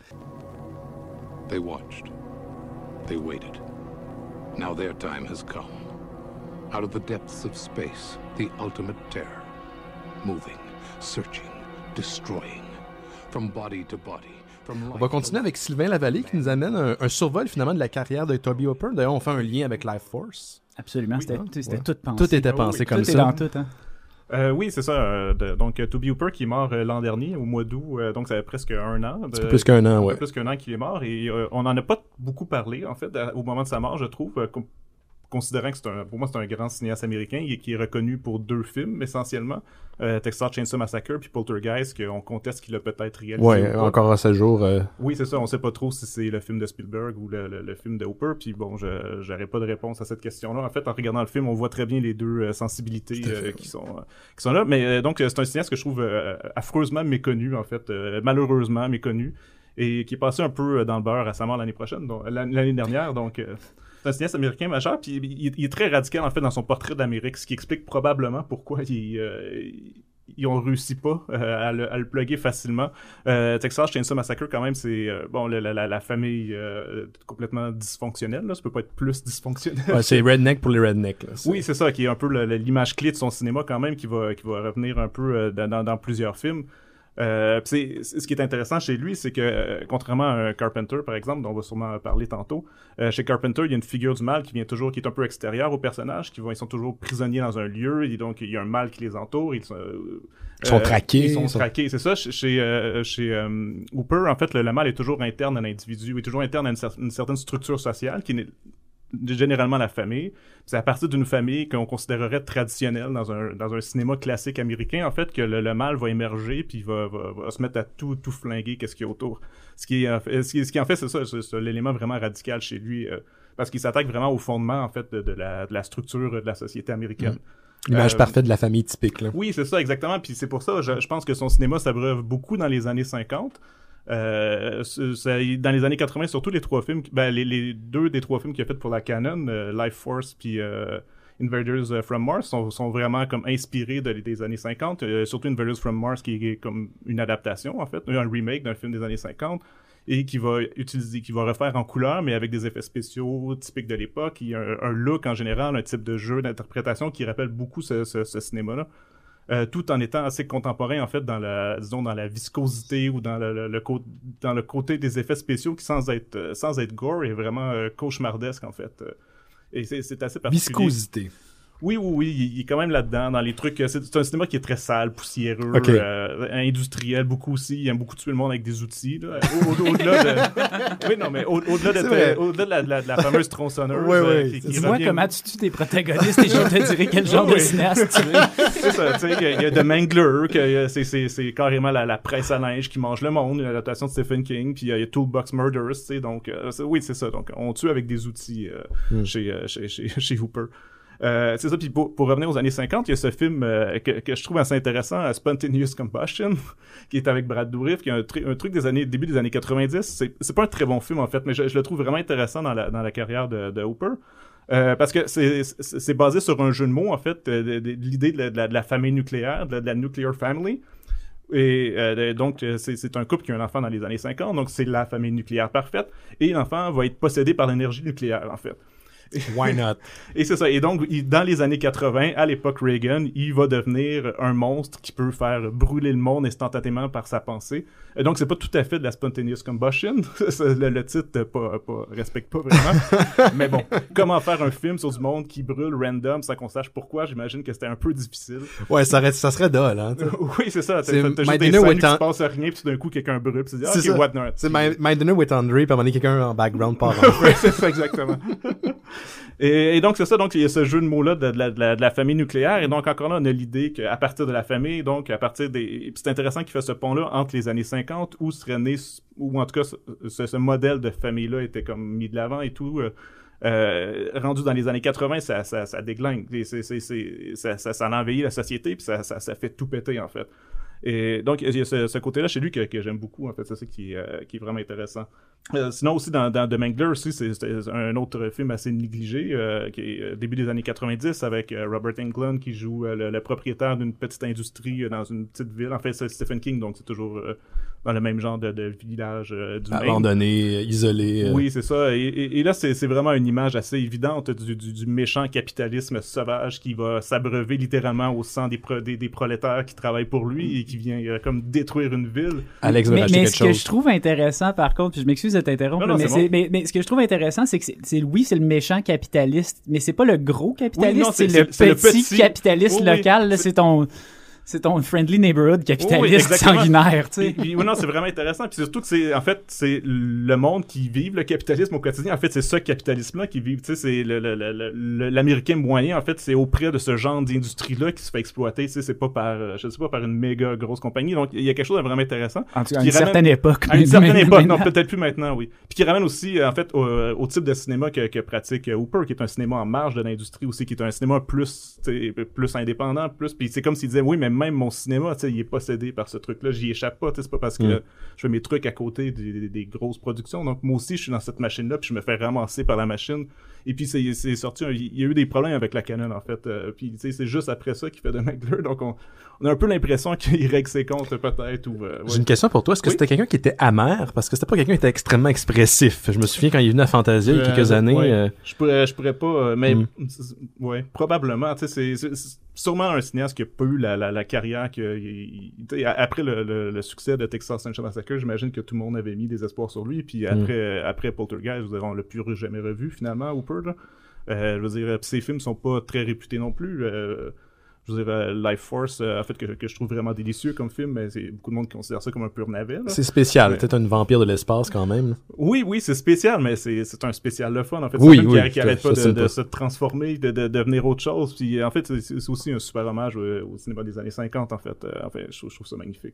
They watched. They waited. Now their time has come. Out of the depths of space, the ultimate terror. Moving, searching, destroying. From body to body. On va continuer avec Sylvain Lavallée qui nous amène un, un survol finalement de la carrière de Tobe Hooper. D'ailleurs, on fait un lien avec Life Force. Absolument, oui, c'était, hein, c'était ouais. tout pensé. Tout était pensé oh, oui. comme tout ça. Tout est dans tout, hein. Euh, oui, c'est ça. Euh, de, donc, Tobe Hooper qui est mort euh, l'an dernier, au mois d'août, euh, donc ça fait presque un an. De, c'est plus qu'un an, ouais. Plus qu'un an qu'il est mort, et euh, on n'en a pas beaucoup parlé, en fait, à, au moment de sa mort, je trouve. Euh, com- considérant que c'est un, pour moi, c'est un grand cinéaste américain et qui est reconnu pour deux films, essentiellement. Euh, Texas Chainsaw Massacre puis Poltergeist, qu'on conteste qu'il a peut-être réalisé. Ouais, encore à ce jour. Euh... Oui, c'est ça. On sait pas trop si c'est le film de Spielberg ou le, le, le film de Hooper. Puis bon, je j'aurais pas de réponse à cette question-là. En fait, en regardant le film, on voit très bien les deux euh, sensibilités euh, qui sont euh, qui sont là. Mais euh, donc, c'est un cinéaste que je trouve euh, affreusement méconnu, en fait, euh, malheureusement méconnu, et qui est passé un peu dans le beurre récemment l'année prochaine, donc, l'année dernière. Donc, euh, c'est un cinéaste américain majeur, puis il, il est très radical, en fait, dans son portrait d'Amérique, ce qui explique probablement pourquoi il, euh, ils ont réussi pas euh, à, le, à le plugger facilement. Euh, Texas Chainsaw Massacre, quand même, c'est euh, bon la, la, la famille euh, complètement dysfonctionnelle, là, ça peut pas être plus dysfonctionnel. Ouais, c'est redneck pour les rednecks. Là, oui, c'est ça, qui est un peu le, le, l'image clé de son cinéma, quand même, qui va, qui va revenir un peu euh, dans, dans, dans plusieurs films. Euh, c'est, c'est, ce qui est intéressant chez lui, c'est que, euh, contrairement à un Carpenter, par exemple, dont on va sûrement parler tantôt, euh, chez Carpenter, il y a une figure du mal qui vient toujours, qui est un peu extérieure au personnage, qui vont, ils sont toujours prisonniers dans un lieu, et donc il y a un mal qui les entoure. Ils sont, euh, ils sont traqués. Ils sont traqués, c'est ça. Chez, euh, chez euh, Hooper, en fait, le, le mal est toujours interne à l'individu, il est toujours interne à une, cer- une certaine structure sociale qui n'est généralement la famille. C'est à partir d'une famille qu'on considérerait traditionnelle dans un dans un cinéma classique américain, en fait, que le, le mal va émerger puis va, va, va se mettre à tout tout flinguer qu'est-ce qu'il y a autour. Ce qui est ce qui, ce qui en fait c'est ça, c'est, c'est l'élément vraiment radical chez lui, euh, parce qu'il s'attaque vraiment au fondement, en fait, de, de la de la structure de la société américaine. Mmh. L'image euh, parfaite de la famille typique, là. Oui, c'est ça, exactement. Puis c'est pour ça, je, je pense que son cinéma s'abreuve beaucoup dans les années cinquante. Euh, ça, dans les années quatre-vingts, surtout les trois films, ben, les, les deux des trois films qu'il a fait pour la Canon, euh, Life Force puis euh, Invaders from Mars, sont, sont vraiment comme inspirés de, des années cinquante, euh, surtout Invaders from Mars qui est comme une adaptation, en fait, un remake d'un film des années cinquante, et qui va utiliser, qui va refaire en couleur, mais avec des effets spéciaux typiques de l'époque, il y a un, un look en général, un type de jeu d'interprétation qui rappelle beaucoup ce, ce, ce cinéma-là. Euh, tout en étant assez contemporain, en fait, dans la, disons, dans la viscosité ou dans le, le, le, co- dans le côté des effets spéciaux qui, sans être, euh, sans être gore, est vraiment euh, cauchemardesque, en fait. Euh, et c'est, c'est assez particulier. Viscosité. Oui, oui, oui, il, il est quand même là-dedans, dans les trucs... C'est, c'est un cinéma qui est très sale, poussiéreux, okay. euh, industriel, beaucoup aussi. Il aime beaucoup tuer le monde avec des outils, là. Au, au, au-delà de... Oui, non, mais au, au-delà, de, vrai. au-delà de la, de la, de la fameuse tronçonneuse... Oui, oui. Euh, qui, qui Dis-moi revient... comment tu tues tes protagonistes et je te dirai quel genre oui, de oui. cinéaste tu es. C'est ça, tu sais, il y, y a The Mangler, que c'est, c'est, c'est carrément la, la presse à linge qui mange le monde, une adaptation de Stephen King, puis il y, y a Toolbox Murders, tu sais, donc... Euh, c'est, oui, c'est ça, donc on tue avec des outils euh, mm. chez, euh, chez, chez, chez Hooper. Euh, c'est ça, puis pour, pour revenir aux années cinquante, il y a ce film euh, que, que je trouve assez intéressant, uh, Spontaneous Combustion, qui est avec Brad Dourif, qui est un, tr- un truc des années début des années quatre-vingt-dix. C'est, c'est pas un très bon film, en fait, mais je, je le trouve vraiment intéressant dans la, dans la carrière de, de Hooper. Euh, parce que c'est, c'est, c'est basé sur un jeu de mots, en fait, de, de, de l'idée de la, de, la, de la famille nucléaire, de la, de la nuclear family. Et euh, donc, c'est, c'est un couple qui a un enfant dans les années cinquante, donc c'est la famille nucléaire parfaite, et l'enfant va être possédé par l'énergie nucléaire, en fait. Why not? Et c'est ça. Et donc, il, dans les années quatre-vingts, à l'époque Reagan, il va devenir un monstre qui peut faire brûler le monde instantanément par sa pensée. Et donc, c'est pas tout à fait de la spontaneous combustion. le, le titre pas, pas, respecte pas vraiment. Mais bon, comment faire un film sur du monde qui brûle random sans qu'on sache pourquoi, j'imagine que c'était un peu difficile. Ouais, ça, reste, ça serait dull, hein. Oui, c'est ça. T'as, C'est t'as My juste des Dinner scènes with qui An- se passe rien, puis tout d'un coup, quelqu'un brûle, puis tu dis, ah, C'est ok, ça. what not? C'est my, my Dinner with Andre, puis à un moment donné, quelqu'un en background part. Oui, c'est ça, exactement. Et, et donc, c'est ça. Donc, il y a ce jeu de mots-là de, de, la, de, la, de la famille nucléaire. Et donc, encore là, on a l'idée qu'à partir de la famille, donc, à partir des... Et puis c'est intéressant qu'il fait ce pont-là entre les années cinquante, où serait né, ou en tout cas, ce, ce modèle de famille-là était comme mis de l'avant et tout. Euh, euh, rendu dans les années quatre-vingts, ça, ça, ça déglingue. C'est, c'est, c'est, ça, ça, ça envahit la société, puis ça, ça, ça fait tout péter, en fait. Et donc, il y a ce, ce côté-là chez lui que, que j'aime beaucoup, en fait. C'est ça qui, euh, qui est vraiment intéressant. Euh, sinon, aussi, dans, dans The Mangler, aussi, c'est, c'est un autre film assez négligé, euh, qui est euh, début des années quatre-vingt-dix, avec euh, Robert Englund, qui joue euh, le, le propriétaire d'une petite industrie euh, dans une petite ville. En fait, c'est Stephen King, donc c'est toujours euh, dans le même genre de, de village euh, du Maine. Abandonné, isolé. Euh... Oui, c'est ça. Et, et, et là, c'est, c'est vraiment une image assez évidente du, du, du méchant capitalisme sauvage qui va s'abreuver littéralement au sang des, pro, des, des prolétaires qui travaillent pour lui et qui vient euh, comme détruire une ville. Alex veut mais, racheter mais quelque ce que chose. je trouve intéressant, par contre, puis je m'excuse de t'interrompre, Non, non, mais, c'est c'est, bon. mais, mais ce que je trouve intéressant, c'est que c'est, c'est oui, c'est le méchant capitaliste, mais c'est pas le gros capitaliste, Oui, non, c'est, c'est- le, c'est- c'est petit le petit. capitaliste Oui, oui. local. Là, C'est- c'est ton... C'est ton friendly neighborhood capitaliste oui, sanguinaire, tu sais. Puis, puis, oui, non, c'est vraiment intéressant. Puis surtout que c'est, en fait, c'est le monde qui vit le capitalisme au quotidien. En fait, c'est ce capitalisme-là qui vit. Tu sais, c'est le, le, le, le, l'Américain moyen. En fait, c'est auprès de ce genre d'industrie-là qui se fait exploiter. Tu sais, c'est pas par, je sais pas, par une méga grosse compagnie. Donc, il y a quelque chose de vraiment intéressant. En tout cas, à une certaine époque. À une certaine époque, non, peut-être plus maintenant, oui. Puis qui ramène aussi, en fait, au, au type de cinéma que, que pratique Hooper, qui est un cinéma en marge de l'industrie aussi, qui est un cinéma plus, tu sais, plus indépendant, plus. Puis c'est comme s'il disait, oui, mais même mon cinéma, tu sais, il est possédé par ce truc-là, j'y échappe pas, tu sais, c'est pas parce que mm. je fais mes trucs à côté des, des, des grosses productions. Donc moi aussi, je suis dans cette machine-là, puis je me fais ramasser par la machine. Et puis c'est, c'est sorti, il y a eu des problèmes avec la Canon en fait. Euh, puis tu sais, c'est juste après ça qu'il fait de Mengler. Donc on, on a un peu l'impression qu'il règle ses comptes peut-être. Ou, euh, ouais. J'ai une question pour toi. Est-ce que oui? C'était quelqu'un qui était amer? Parce que c'était pas quelqu'un qui était extrêmement expressif. Je me souviens quand il est venu à Fantasia il y a quelques euh, années. Ouais. Euh... Je pourrais, je pourrais pas, euh, mais mm. ouais, probablement. Tu sais, c'est, c'est, c'est sûrement un cinéaste qui a pas eu la, la, la carrière que il, il, après le, le, le succès de Texas Chainsaw Massacre, j'imagine que tout le monde avait mis des espoirs sur lui. Puis après, mm. après Poltergeist, vous on l'a plus jamais revu finalement, Hooper. Là. Euh, je veux dire, ces films sont pas très réputés non plus. Euh, je veux dire, euh, Life Force, euh, en fait, que, que je trouve vraiment délicieux comme film, mais c'est beaucoup de monde qui considère ça comme un pur navet. Là. C'est spécial, mais... peut-être un vampire de l'espace quand même. Oui, oui, c'est spécial, mais c'est, c'est un spécial le fun. En fait, oui, c'est un film oui, qui, qui arrête pas de, de pas. se transformer, de, de, de devenir autre chose. Puis en fait, c'est, c'est aussi un super hommage au, au cinéma des années cinquante, en fait. Euh, en fait, je, je trouve ça magnifique.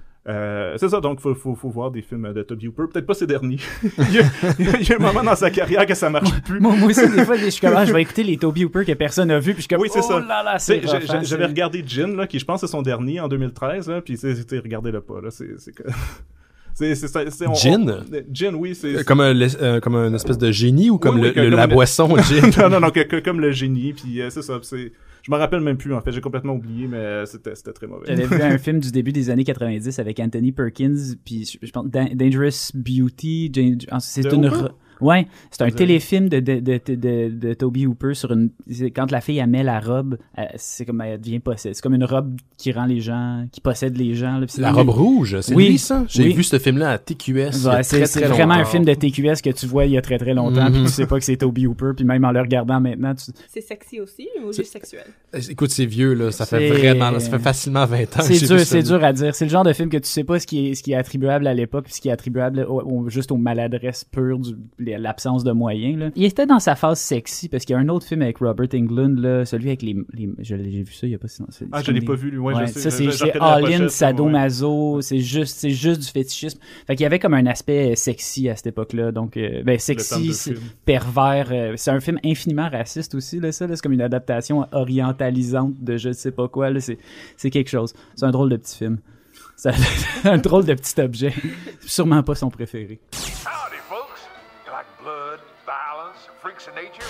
Euh, c'est ça, donc faut, faut, faut voir des films de Tobe Hooper, peut-être pas ces derniers. il, y a, il y a un moment dans sa carrière que ça marche plus. Moi, moi aussi, des fois, je suis comme, ah, je vais écouter les Tobe Hooper que personne n'a vu, puis je suis comme, oui, c'est oh ça. là là, c'est rough, j'ai, hein, J'avais c'est... regardé Gin, là, qui je pense c'est son dernier en deux mille treize, là, puis c'était regardez-le pas, là, c'est... c'est que... C'est, c'est, c'est, c'est, on, gin? On, gin, oui, c'est... Euh, comme, un, euh, comme une espèce de génie ou comme, oui, oui, le, le, comme la le... boisson gin? non, non, non, que, que, comme le génie, puis euh, c'est ça, c'est... Je m'en rappelle même plus, en fait, j'ai complètement oublié, mais c'était, c'était très mauvais. J'avais vu un film du début des années quatre-vingt-dix avec Anthony Perkins, puis je, je pense Dangerous Beauty, c'est de une... Hooper? Ouais, c'est un Vous téléfilm de, de, de, de, de, de Tobe Hooper sur une... Quand la fille, elle met la robe, elle, c'est comme elle devient possède. C'est comme une robe qui rend les gens... qui possède les gens. Là, la robe rouge, c'est oui, lui, ça? J'ai oui. vu ce film-là à T Q S ouais, il y a c'est, très, c'est très vraiment longtemps. un film de T Q S que tu vois il y a très très longtemps, mm-hmm. puis tu sais pas que c'est Tobe Hooper, puis même en le regardant maintenant... Tu... C'est sexy aussi, ou juste sexuel? Écoute, c'est vieux, là. Ça c'est... fait vraiment... Ça fait facilement vingt ans c'est que j'ai dur, vu C'est ça. dur à dire. C'est le genre de film que tu sais pas ce qui est, ce qui est attribuable à l'époque, puis ce qui est attribuable au, au, juste aux maladresses pures, du, l'absence de moyens, là. Il était dans sa phase sexy parce qu'il y a un autre film avec Robert Englund, là, celui avec les, les je l'ai, j'ai vu ça il y a pas si longtemps. C'est, ah, c'est je l'ai les... pas vu, lui. Ouais, ouais, je sais. Ça, c'est, je, je, c'est all-in, sadomaso, ouais. c'est juste, c'est juste du fétichisme. Fait qu'il y avait comme un aspect sexy à cette époque-là, donc, euh, ben, sexy, c'est pervers, euh, c'est un film infiniment raciste aussi, là, ça, là, c'est comme une adaptation orientalisante de je sais pas quoi, là, c'est, c'est quelque chose. C'est un drôle de petit film. C'est un drôle de petit objet. Sûrement pas son préféré. Howdy, folks. You like blood, violence, freaks of nature?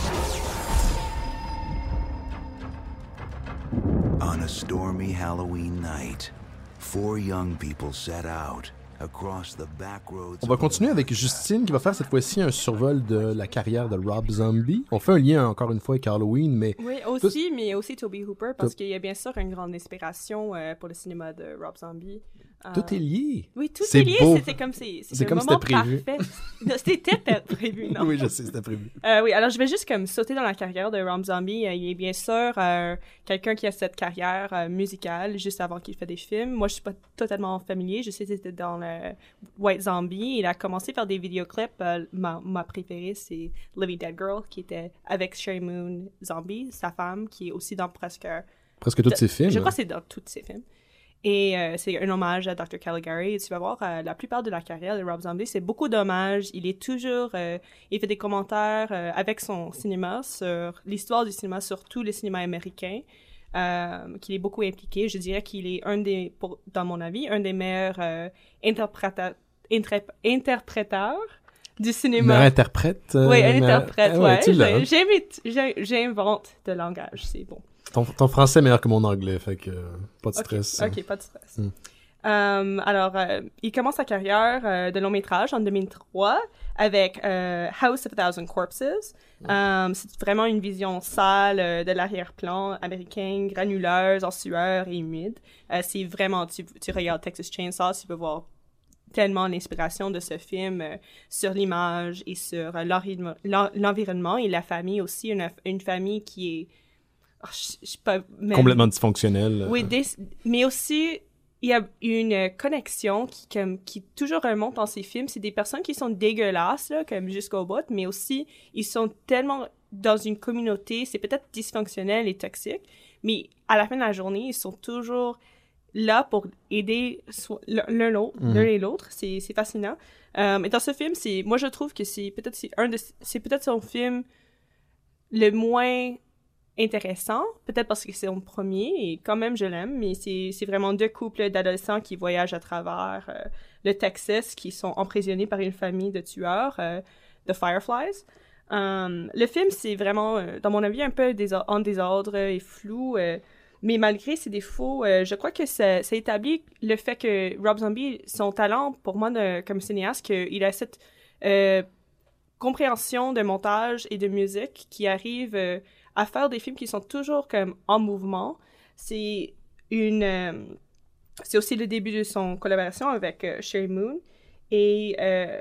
On a stormy Halloween night, four young people set out across the back roads. On va continuer avec Justine qui va faire cette fois-ci un survol de la carrière de Rob Zombie. On fait un lien encore une fois avec Halloween, mais... Oui, aussi, mais aussi Tobe Hooper, parce qu'il y a bien sûr une grande inspiration euh, pour le cinéma de Rob Zombie. Euh... Tout est lié. Oui, tout c'est est lié. Beau. C'était comme c'est, c'est, c'est un comme moment c'était prévu. Parfait. Non, c'était prévu, non? Oui, je sais, c'était prévu. Euh, oui, alors je vais juste comme sauter dans la carrière de Rob Zombie. Euh, il est bien sûr euh, quelqu'un qui a cette carrière euh, musicale juste avant qu'il fait des films. Moi, je suis pas totalement familier. Je sais que c'était dans le White Zombie. Il a commencé à faire des vidéoclips. Euh, ma, ma préférée, c'est Living Dead Girl, qui était avec Sherry Moon Zombie, sa femme, qui est aussi dans presque... Presque tous ses films. Je crois que c'est dans tous ses films. Et euh, c'est un hommage à docteur Caligari. Et tu vas voir, euh, la plupart de la carrière de Rob Zombie, c'est beaucoup d'hommages. Il est toujours... Euh, il fait des commentaires euh, avec son cinéma sur l'histoire du cinéma, sur tous les cinémas américains, euh, qu'il est beaucoup impliqué. Je dirais qu'il est un des, pour, dans mon avis, un des meilleurs euh, interpréta- intrép- interpréteurs du cinéma. Un interprète. Euh, oui, un interprète, euh, ouais. ouais, ouais. J'invite, j'invente de langage, c'est bon. Ton, ton français est meilleur que mon anglais, fait que euh, pas de stress. Ok, hein. Ok, pas de stress. Mm. Um, alors, euh, il commence sa carrière euh, de long métrage en deux mille trois avec euh, House of a Thousand Corpses. Mm. Um, c'est vraiment une vision sale euh, de l'arrière-plan américain, granuleuse, en sueur et humide. Euh, c'est vraiment, tu, tu regardes Texas Chainsaw, tu peux voir tellement l'inspiration de ce film euh, sur l'image et sur euh, l'environnement et la famille aussi, une, une famille qui est oh, je, je sais pas, même... Complètement dysfonctionnel. Oui, des... mais aussi, il y a une connexion qui, comme, qui toujours remonte dans ces films. C'est des personnes qui sont dégueulasses, là, comme jusqu'au bout, mais aussi, ils sont tellement dans une communauté, c'est peut-être dysfonctionnel et toxique, mais à la fin de la journée, ils sont toujours là pour aider l'un l'autre, mm-hmm. l'un et l'autre. C'est, c'est fascinant. Euh, et dans ce film, c'est, moi, je trouve que c'est peut-être, c'est un de, c'est peut-être son film le moins intéressant, peut-être parce que c'est mon premier, et quand même, je l'aime, mais c'est, c'est vraiment deux couples d'adolescents qui voyagent à travers euh, le Texas, qui sont emprisonnés par une famille de tueurs, euh, de Fireflies. Um, le film, c'est vraiment, euh, dans mon avis, un peu dés- en désordre et flou, euh, mais malgré ses défauts, euh, je crois que ça, ça établit le fait que Rob Zombie, son talent, pour moi, de, comme cinéaste, qu'il a cette euh, compréhension de montage et de musique qui arrive euh, à faire des films qui sont toujours comme en mouvement. C'est une... Euh, c'est aussi le début de son collaboration avec euh, Sherry Moon, et... Euh,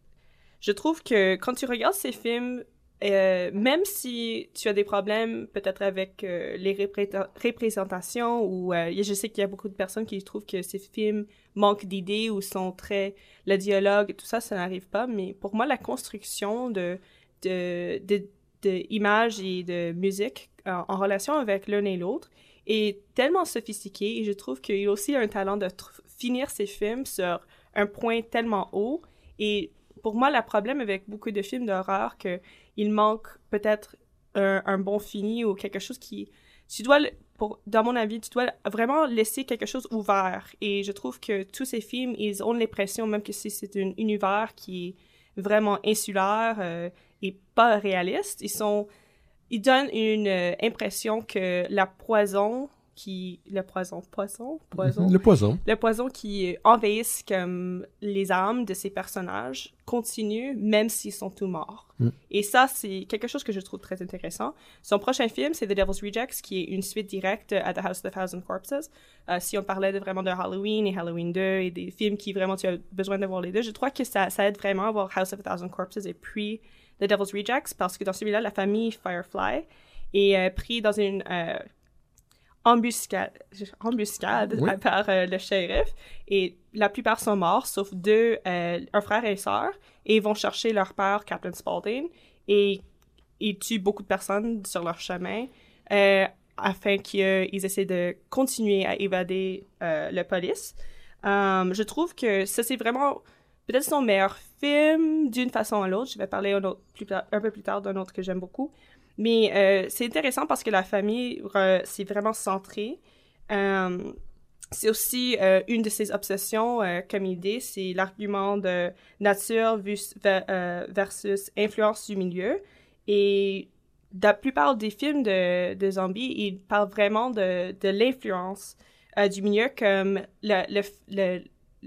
je trouve que quand tu regardes ces films, euh, même si tu as des problèmes peut-être avec euh, les repré- représentations, ou euh, je sais qu'il y a beaucoup de personnes qui trouvent que ces films manquent d'idées ou sont très... le dialogue et tout ça, ça n'arrive pas. Mais pour moi, la construction de, de, de, de images et de musique en, en relation avec l'un et l'autre est tellement sophistiquée, et je trouve qu'il a aussi un talent de tr- finir ses films sur un point tellement haut. Et pour moi, le problème avec beaucoup de films d'horreur, qu'il manque peut-être un, un bon fini ou quelque chose qui... Tu dois, pour, dans mon avis, tu dois vraiment laisser quelque chose ouvert. Et je trouve que tous ces films, ils ont l'impression, même que si c'est un univers qui est vraiment insulaire euh, et pas réaliste, ils sont... Ils donnent une euh, impression que la poison... qui le poison poison poison le poison le poison qui envahisse comme les âmes de ces personnages continue même s'ils sont tous morts. Mm. Et ça, c'est quelque chose que je trouve très intéressant. Son prochain film, c'est The Devil's Rejects, qui est une suite directe à The House of a Thousand Corpses. Euh, si on parlait de vraiment de Halloween et Halloween deux et des films qui vraiment tu as besoin de voir les deux, je crois que ça, ça aide vraiment à voir House of a Thousand Corpses et puis The Devil's Rejects, parce que dans celui-là, la famille Firefly est euh, prise dans une euh, embuscade, embuscade oui. par euh, le shérif, et la plupart sont morts, sauf deux, euh, un frère et une sœur, et ils vont chercher leur père, Captain Spaulding, et ils tuent beaucoup de personnes sur leur chemin, euh, afin qu'ils euh, essaient de continuer à évader euh, la police. Um, je trouve que ça, c'est vraiment peut-être son meilleur film d'une façon à l'autre. Je vais parler un, autre, plus tard, un peu plus tard d'un autre que j'aime beaucoup. Mais euh, c'est intéressant parce que la famille, euh, c'est vraiment centré. Euh, c'est aussi euh, une de ses obsessions euh, comme idée, c'est l'argument de nature vis- euh, versus influence du milieu. Et la plupart des films de, de zombies, ils parlent vraiment de, de l'influence euh, du milieu comme le, le, le,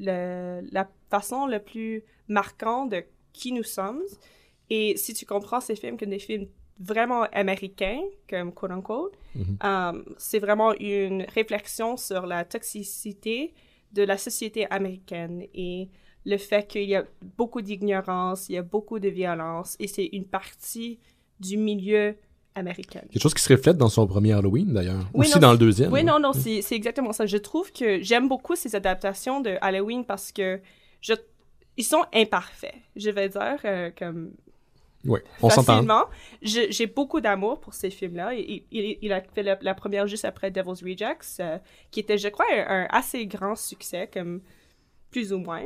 le, la façon la plus marquante de qui nous sommes. Et si tu comprends ces films comme des films vraiment américain, comme quote-unquote, mm-hmm. um, c'est vraiment une réflexion sur la toxicité de la société américaine et le fait qu'il y a beaucoup d'ignorance, il y a beaucoup de violence, et c'est une partie du milieu américain. Quelque chose qui se reflète dans son premier Halloween, d'ailleurs. Oui, aussi non, dans le deuxième. Oui, non, non, c'est, c'est exactement ça. Je trouve que j'aime beaucoup ces adaptations de Halloween parce que je, ils sont imparfaits, je vais dire, euh, comme... Oui, on facilement. Je, j'ai beaucoup d'amour pour ces films-là. Il, il, il a fait la, la première juste après Devil's Rejects, euh, qui était, je crois, un, un assez grand succès, comme plus ou moins.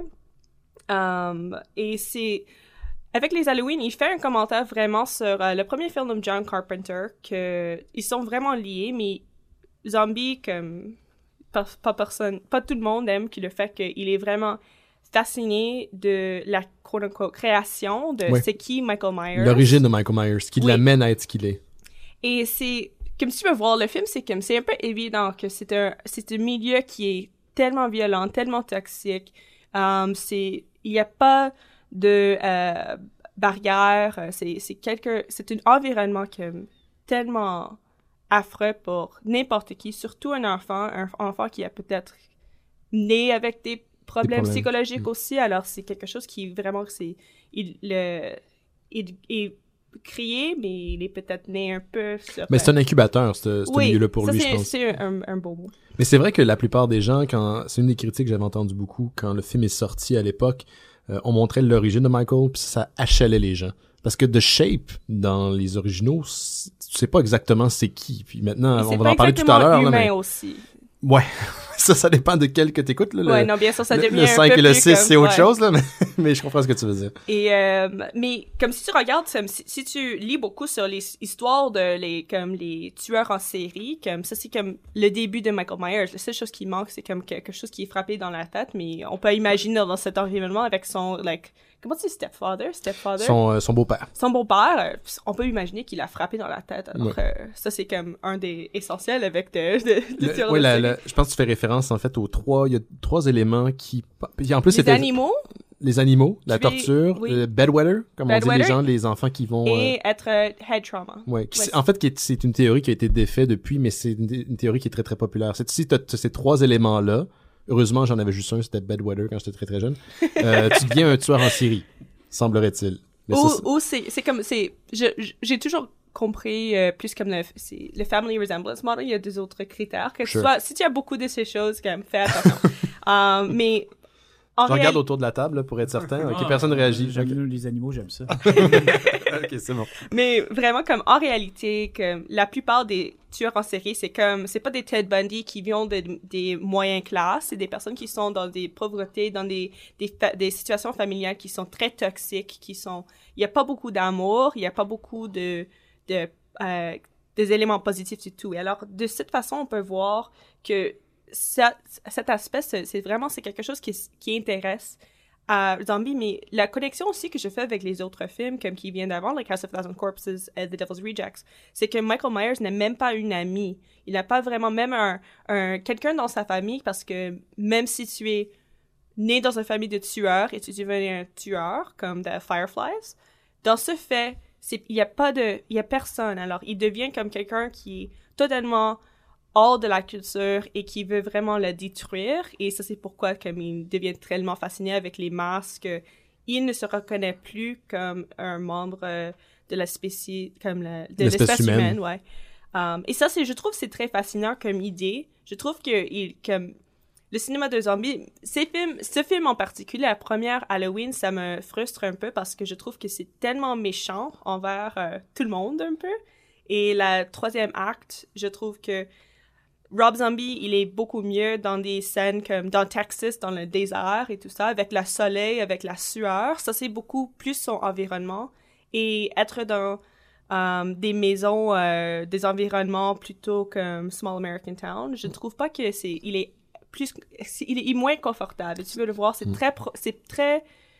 Um, et c'est... Avec les Halloween, il fait un commentaire vraiment sur euh, le premier film de John Carpenter, que ils sont vraiment liés, mais Zombie, comme... Pas, pas personne... Pas tout le monde aime le fait qu'il est vraiment... fasciné de la quote-unquote création de oui. c'est qui Michael Myers. L'origine de Michael Myers, ce qui oui. l'amène à être ce qu'il est. Et c'est, comme tu peux voir le film, c'est comme, c'est un peu évident que c'est un, c'est un milieu qui est tellement violent, tellement toxique. Um, c'est, il n'y a pas de euh, barrière. C'est, c'est quelque, c'est un environnement qui est tellement affreux pour n'importe qui, surtout un enfant, un enfant qui a peut-être né avec des problèmes psychologiques mmh. aussi, alors c'est quelque chose qui vraiment, c'est, il, le, il, il crié, mais il est peut-être né un peu sur... Mais c'est un incubateur, ce, ce oui, milieu-là pour ça, lui, c'est, je pense. c'est un, un beau mot. Mais c'est vrai que la plupart des gens, quand c'est une des critiques que j'avais entendu beaucoup, quand le film est sorti à l'époque, euh, on montrait l'origine de Michael, puis ça achalait les gens. Parce que The Shape, dans les originaux, c'est- tu sais pas exactement c'est qui. Puis maintenant, Et on c'est va pas en parler tout à exactement l'heure. Là, humain mais... aussi. Ouais, ça, ça dépend de quel que t'écoutes. Là, Ouais, le, non, bien sûr, ça le- devient le un cinq peu et le plus six, comme- c'est autre ouais. chose, là, mais, mais je comprends ce que tu veux dire. Et euh, mais comme si tu regardes, comme si, si tu lis beaucoup sur les histoires de les comme les tueurs en série, comme ça c'est comme le début de Michael Myers. La seule chose qui manque, c'est comme quelque chose qui est frappé dans la tête, mais on peut imaginer dans cet environnement avec son like comment tu dis stepfather, stepfather, Son, euh, son beau-père. son beau-père. euh, on peut imaginer qu'il a frappé dans la tête. Alors Ouais. euh, ça c'est comme un des essentiels avec de, de, de Le- tueurs ouais, de la- série. la- je pense que tu fais référence en fait aux trois. Il y a trois éléments qui. puis en plus, Les c'était animaux les animaux, la Tuer- torture, oui. le bedwetter, comme on dit Bedwetter. les gens, les enfants qui vont. euh, et être euh, head trauma. Ouais, qui- Ouais, c'est- en fait, qui est- c'est une théorie qui a été défaite depuis, mais c'est une, une théorie qui est très très populaire. C'est si t'as t'as ces trois éléments-là, heureusement j'en avais juste un, c'était bedwetter quand j'étais très très jeune. Euh, tu deviens un tueur en série, semblerait-il. Mais Ou, ça, c'est- ou c'est, c'est comme, c'est, je- je- j'ai toujours compris euh, plus comme le, c'est, le family resemblance model, il y a des autres critères. Que Sure. soit, si tu as beaucoup de ces choses, quand même, fais attention. Euh, mais, en je regarde réalité, autour de la table là, pour être certain. Ok, Ah, personne réagit. J'aime Ok. les animaux, j'aime ça. Ok, c'est bon. mais vraiment, comme, en réalité, comme, la plupart des tueurs en série, c'est comme, c'est pas des Ted Bundy qui viennent de, des moyens classes, c'est des personnes qui sont dans des pauvretés, dans des, des, fa- des situations familiales qui sont très toxiques, qui sont, il y a pas beaucoup d'amour, il y a pas beaucoup de, de, euh, des éléments positifs du tout. Et alors, de cette façon, on peut voir que ça, cet aspect, c'est c'est vraiment, c'est quelque chose qui, qui intéresse à Zombie, mais la connexion aussi que je fais avec les autres films, comme qui viennent d'avant, like House of Thousand Corpses et The Devil's Rejects, c'est que Michael Myers n'a même pas une amie. Il n'a pas vraiment même un, un quelqu'un dans sa famille, parce que même si tu es né dans une famille de tueurs et tu deviens un tueur, comme The Fireflies, dans ce fait, c'est, il n'y a pas de, il y a personne. Alors, il devient comme quelqu'un qui est totalement hors de la culture et qui veut vraiment la détruire. Et ça, c'est pourquoi, comme il devient tellement fasciné avec les masques, il ne se reconnaît plus comme un membre euh, de la spécie, comme la, de L'espèce l'espèce humaine. humaine, ouais. Um, et ça, c'est, je trouve, c'est très fascinant comme idée. Je trouve que il, comme le cinéma de zombies, ces films, ce film en particulier, la première Halloween, ça me frustre un peu parce que je trouve que c'est tellement méchant envers euh, tout le monde un peu. Et la troisième acte, je trouve que Rob Zombie, il est beaucoup mieux dans des scènes comme dans Texas, dans le désert et tout ça, avec le soleil, avec la sueur. Ça, c'est beaucoup plus son environnement. Et être dans euh, des maisons, euh, des environnements plutôt comme Small American Town, je ne trouve pas que c'est... Il est plus... c'est- il est moins confortable. Tu veux le voir, c'est Mm. très... pro- c'est très...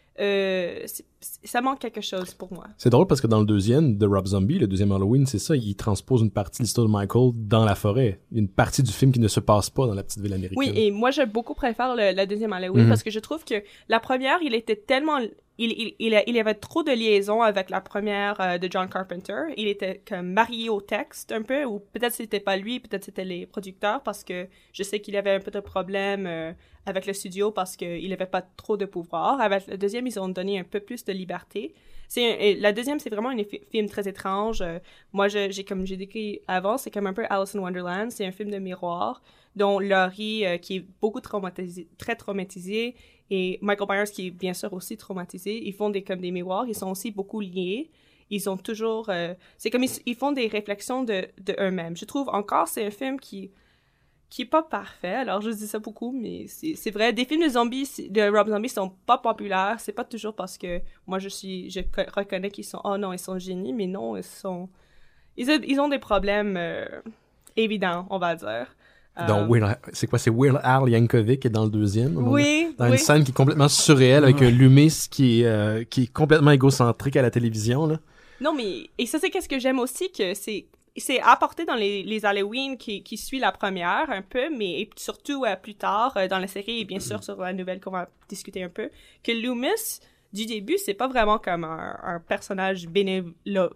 Euh, c'est- ça manque quelque chose pour moi. C'est drôle parce que dans le deuxième de Rob Zombie, le deuxième Halloween, c'est ça, il transpose une partie de l'histoire de Michael dans la forêt. Une partie du film qui ne se passe pas dans la petite ville américaine. Oui, et moi, je beaucoup préfère le, la deuxième Halloween Mhm. parce que je trouve que la première, il était tellement... Il, il, il, a- il y avait trop de liaisons avec la première euh, de John Carpenter. Il était comme marié au texte un peu, ou peut-être c'était pas lui, peut-être c'était les producteurs, parce que je sais qu'il avait un peu de problème euh, avec le studio parce qu'il avait pas trop de pouvoir. Avec le deuxième, ils ont donné un peu plus de liberté. C'est un- et la deuxième, c'est vraiment un fi- film très étrange. Euh, moi, je- j'ai comme j'ai décrit avant, c'est comme un peu Alice in Wonderland. C'est un film de miroir dont Laurie, euh, qui est beaucoup traumatisée, très traumatisée, et Michael Myers, qui est bien sûr aussi traumatisé. Ils font des, comme des miroirs, ils sont aussi beaucoup liés. Ils ont toujours... euh, c'est comme ils, ils font des réflexions de, de eux-mêmes. Je trouve encore, c'est un film qui qui est pas parfait. Alors, je dis ça beaucoup, mais c'est c'est vrai. Des films de zombies, c'est- de Rob Zombie sont pas populaires. C'est pas toujours parce que moi, je suis... Je co- reconnais qu'ils sont... Oh non, ils sont génies, mais non, ils sont... Ils, ont- ils ont des problèmes euh, évidents, on va dire. Dans Euh, Weird- c'est quoi, c'est Weird Al Yankovic qui est dans le deuxième? au moment- Oui, Dans oui. une scène qui est complètement surréelle avec un Loomis qui est, euh, qui est complètement égocentrique à la télévision, là. Non, mais... Et ça, c'est qu'est-ce que j'aime aussi, que c'est... C'est apporté dans les, les Halloween qui, qui suit la première un peu, mais et surtout euh, plus tard euh, dans la série et bien sûr sur la nouvelle qu'on va discuter un peu, que Loomis, du début, c'est pas vraiment comme un, un personnage bénévole,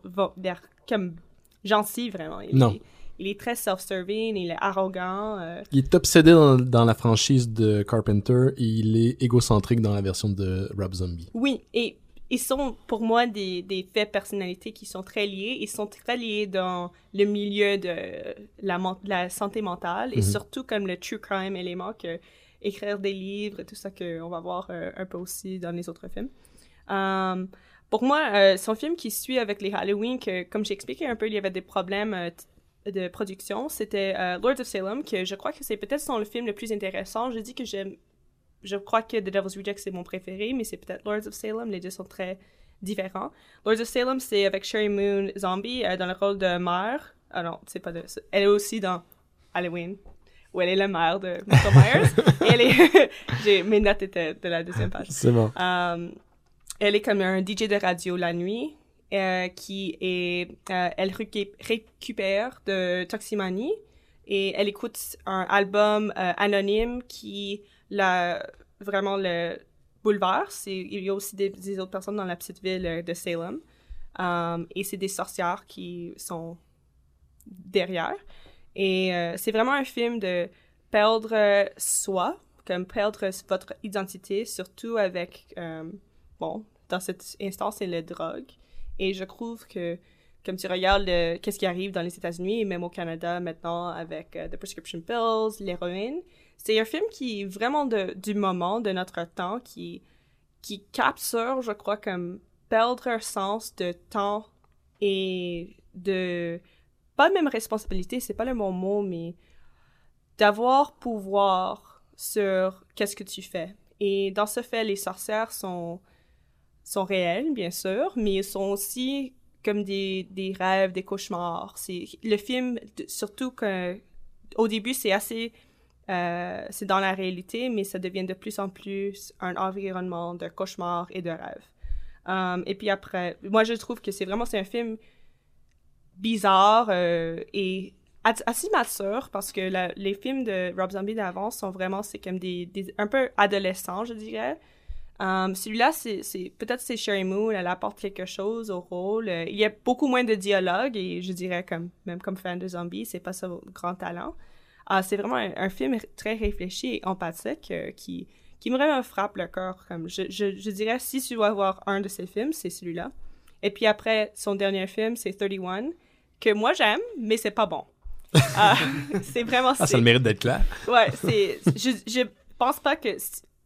comme gentil, vraiment. Il Non. Est, il est très self-serving, il est arrogant. euh. Il est obsédé dans, dans la franchise de Carpenter et il est égocentrique dans la version de Rob Zombie. Oui, et ils sont pour moi des, des faits personnalités qui sont très liés. Ils sont très liés dans le milieu de la, de la santé mentale et mm-hmm. surtout comme le true crime élément que écrire des livres, tout ça qu'on va voir euh, un peu aussi dans les autres films. Um, pour moi, euh, son film qui suit avec les Halloween, que comme j'ai expliqué un peu, il y avait des problèmes euh, t- de production, c'était euh, Lords of Salem, que je crois que c'est peut-être son le film le plus intéressant. Je dis que j'aime Je crois que The Devil's Rejects, c'est mon préféré, mais c'est peut-être Lords of Salem. Les deux sont très différents. Lords of Salem, c'est avec Sherry Moon Zombie euh, dans le rôle de mère. Ah non, c'est pas de... Elle est aussi dans Halloween, où elle est la mère de Michael Myers. Et elle est... J'ai... Mes notes étaient de la deuxième page. C'est bon. Um, elle est comme un D J de radio la nuit, euh, qui est... Euh, elle récu- récupère de toximanie, et elle écoute un album euh, anonyme qui... La, vraiment le bouleverse. Et il y a aussi des, des autres personnes dans la petite ville de Salem. Um, et c'est des sorcières qui sont derrière. Et euh, c'est vraiment un film de perdre soi, comme perdre votre identité, surtout avec, euh, bon, dans cet instant, c'est la drogue. Et je trouve que, comme tu regardes le, qu'est-ce qui arrive dans les États-Unis et même au Canada maintenant avec uh, The Prescription Pills, l'héroïne, c'est un film qui est vraiment de, du moment, de notre temps, qui, qui capture, je crois, comme perdre un sens de temps et de... Pas même responsabilité, c'est pas le bon mot, mais d'avoir pouvoir sur qu'est-ce que tu fais. Et dans ce fait, les sorcières sont, sont réelles, bien sûr, mais ils sont aussi comme des, des rêves, des cauchemars. C'est, le film, surtout qu'au début, c'est assez... Euh, c'est dans la réalité, mais ça devient de plus en plus un environnement de cauchemars et de rêves. Um, et puis après, moi je trouve que c'est vraiment c'est un film bizarre euh, et assez mature parce que la, les films de Rob Zombie d'avant sont vraiment c'est comme des, des un peu adolescents, je dirais. Um, celui-là, c'est, c'est peut-être c'est Sherry Moon, elle apporte quelque chose au rôle. Euh, il y a beaucoup moins de dialogue et je dirais comme même comme fan de Zombie, c'est pas son grand talent. Ah, c'est vraiment un, un film très réfléchi et empathique euh, qui, qui me vraiment frappe le cœur. Comme je, je, je dirais, si tu dois voir un de ses films, c'est celui-là. Et puis après, son dernier film, c'est trente et un, que moi j'aime, mais c'est pas bon. Ah, c'est vraiment... Ah, ça le mérite d'être clair. Ouais, c'est... Je, je pense pas que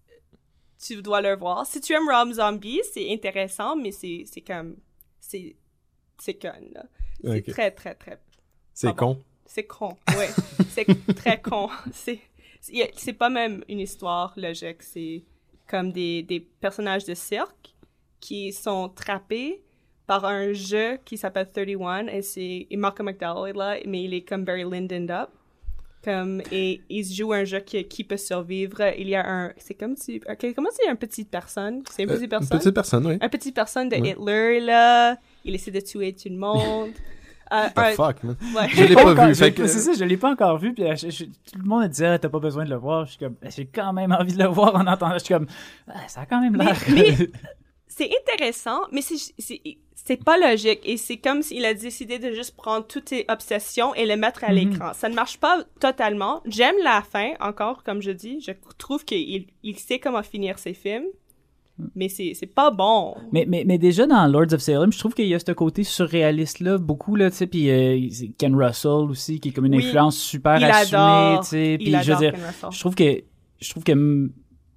tu dois le voir. Si tu aimes Rob Zombie, c'est intéressant, mais c'est, c'est comme... C'est, c'est con, là. C'est okay. très, très, très... C'est con. Bon. C'est con, oui. C'est très con. C'est, c'est, c'est pas même une histoire logique. C'est comme des, des personnages de cirque qui sont trappés par un jeu qui s'appelle trente et un et c'est et Malcolm McDowell est là, mais il est comme very lindened up. Comme, et il joue un jeu qui, qui peut survivre. Il y a un... C'est comme si... Okay, comment c'est une petite personne? C'est une petite euh, personne? Une petite personne, oui. Une petite personne de ouais. Hitler, là. Il essaie de tuer tout le monde. Uh, The right. Fuck, man. Ouais. Je l'ai pas encore, vu. Fait que... C'est ça, je l'ai pas encore vu. Puis je, je, tout le monde me disait, ah, t'as pas besoin de le voir. Je suis comme, j'ai quand même envie de le voir en entendant. Je suis comme, ah, ça a quand même l'air. Mais, mais c'est intéressant, mais c'est, c'est, c'est pas logique. Et c'est comme s'il a décidé de juste prendre toutes ses obsessions et les mettre à mm-hmm. l'écran. Ça ne marche pas totalement. J'aime la fin, encore, comme je dis. Je trouve qu'il il sait comment finir ses films. Mais c'est, c'est pas bon. Mais, mais, mais déjà, dans Lords of Salem, je trouve qu'il y a ce côté surréaliste-là, beaucoup, là, tu sais, puis euh, Ken Russell aussi, qui est comme une oui, influence super il assumée, tu sais, puis je veux dire, je trouve que, je trouve que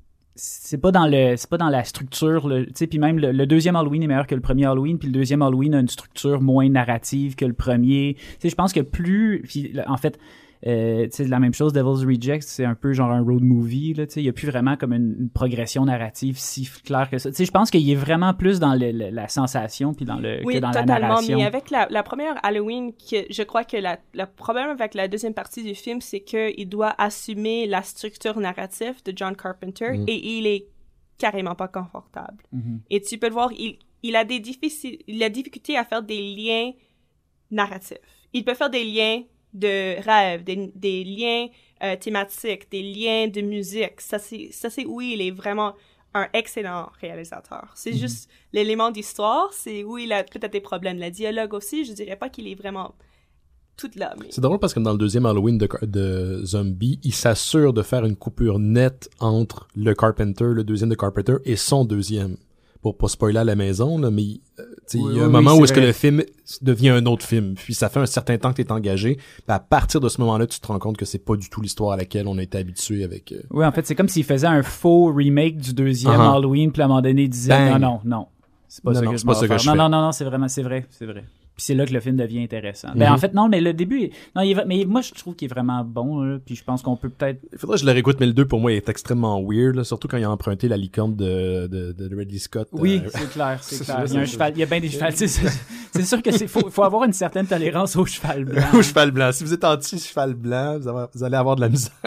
c'est pas dans le, c'est pas dans la structure, tu sais, puis même le, le deuxième Halloween est meilleur que le premier Halloween, puis le deuxième Halloween a une structure moins narrative que le premier, tu sais, je pense que plus, puis en fait, Euh, tu sais, la même chose, Devil's Rejects, c'est un peu genre un road movie, là, tu sais, il y a plus vraiment comme une, une progression narrative si claire que ça. Tu sais, je pense qu'il est vraiment plus dans le, le, la sensation puis dans le, oui, que dans totalement, la narration. Mais avec la, la première Halloween, que je crois que la, le problème avec la deuxième partie du film, c'est qu'il doit assumer la structure narrative de John Carpenter mm. et il est carrément pas confortable. Mm-hmm. Et tu peux le voir, il, il a des difficiles, il a difficulté à faire des liens narratifs. Il peut faire des liens de rêve, des, des liens euh, thématiques, des liens de musique. Ça, c'est, ça, c'est oui, il est vraiment un excellent réalisateur. C'est mm-hmm. juste l'élément d'histoire, c'est oui, il a peut-être des problèmes. Le dialogue aussi, je dirais pas qu'il est vraiment tout là. Mais... C'est drôle parce que dans le deuxième Halloween de, de Zombie, il s'assure de faire une coupure nette entre le Carpenter, le deuxième de Carpenter, et son deuxième. pour pas spoiler à la maison, là, mais euh, il Oui, y a un oui, moment oui, où c'est est-ce que vrai. le film devient un autre film. Puis ça fait un certain temps que tu es engagé. Puis à partir de ce moment-là, tu te rends compte que c'est pas du tout l'histoire à laquelle on a été habitué avec... Euh... Oui, en fait, c'est comme s'il faisait un faux remake du deuxième Uh-huh. Halloween, puis à un moment donné, il disait Bang. non, non, non. C'est pas Non, ça non, que c'est je pas m'en ça vais que faire. je Non, fais. non, non, non, c'est vraiment, c'est vrai, c'est vrai. Puis c'est là que le film devient intéressant. Ben, Mhm. en fait, non, mais le début, est- non, il est... mais moi, je trouve qu'il est vraiment bon, là, puis je pense qu'on peut peut-être... Il faudrait que je le réécoute, mais le deux, pour moi, est extrêmement weird, là, surtout quand il a emprunté la licorne de, de, de Ridley Scott. Oui, euh, c'est clair, c'est c'est clair. ça, Il y a un c'est cheval, il y a bien des chevals. C'est, c'est, c'est sûr que c'est faut, faut avoir une certaine tolérance au cheval blanc. Au cheval blanc. Si vous êtes anti-cheval blanc, vous, avez- vous allez avoir de la misère.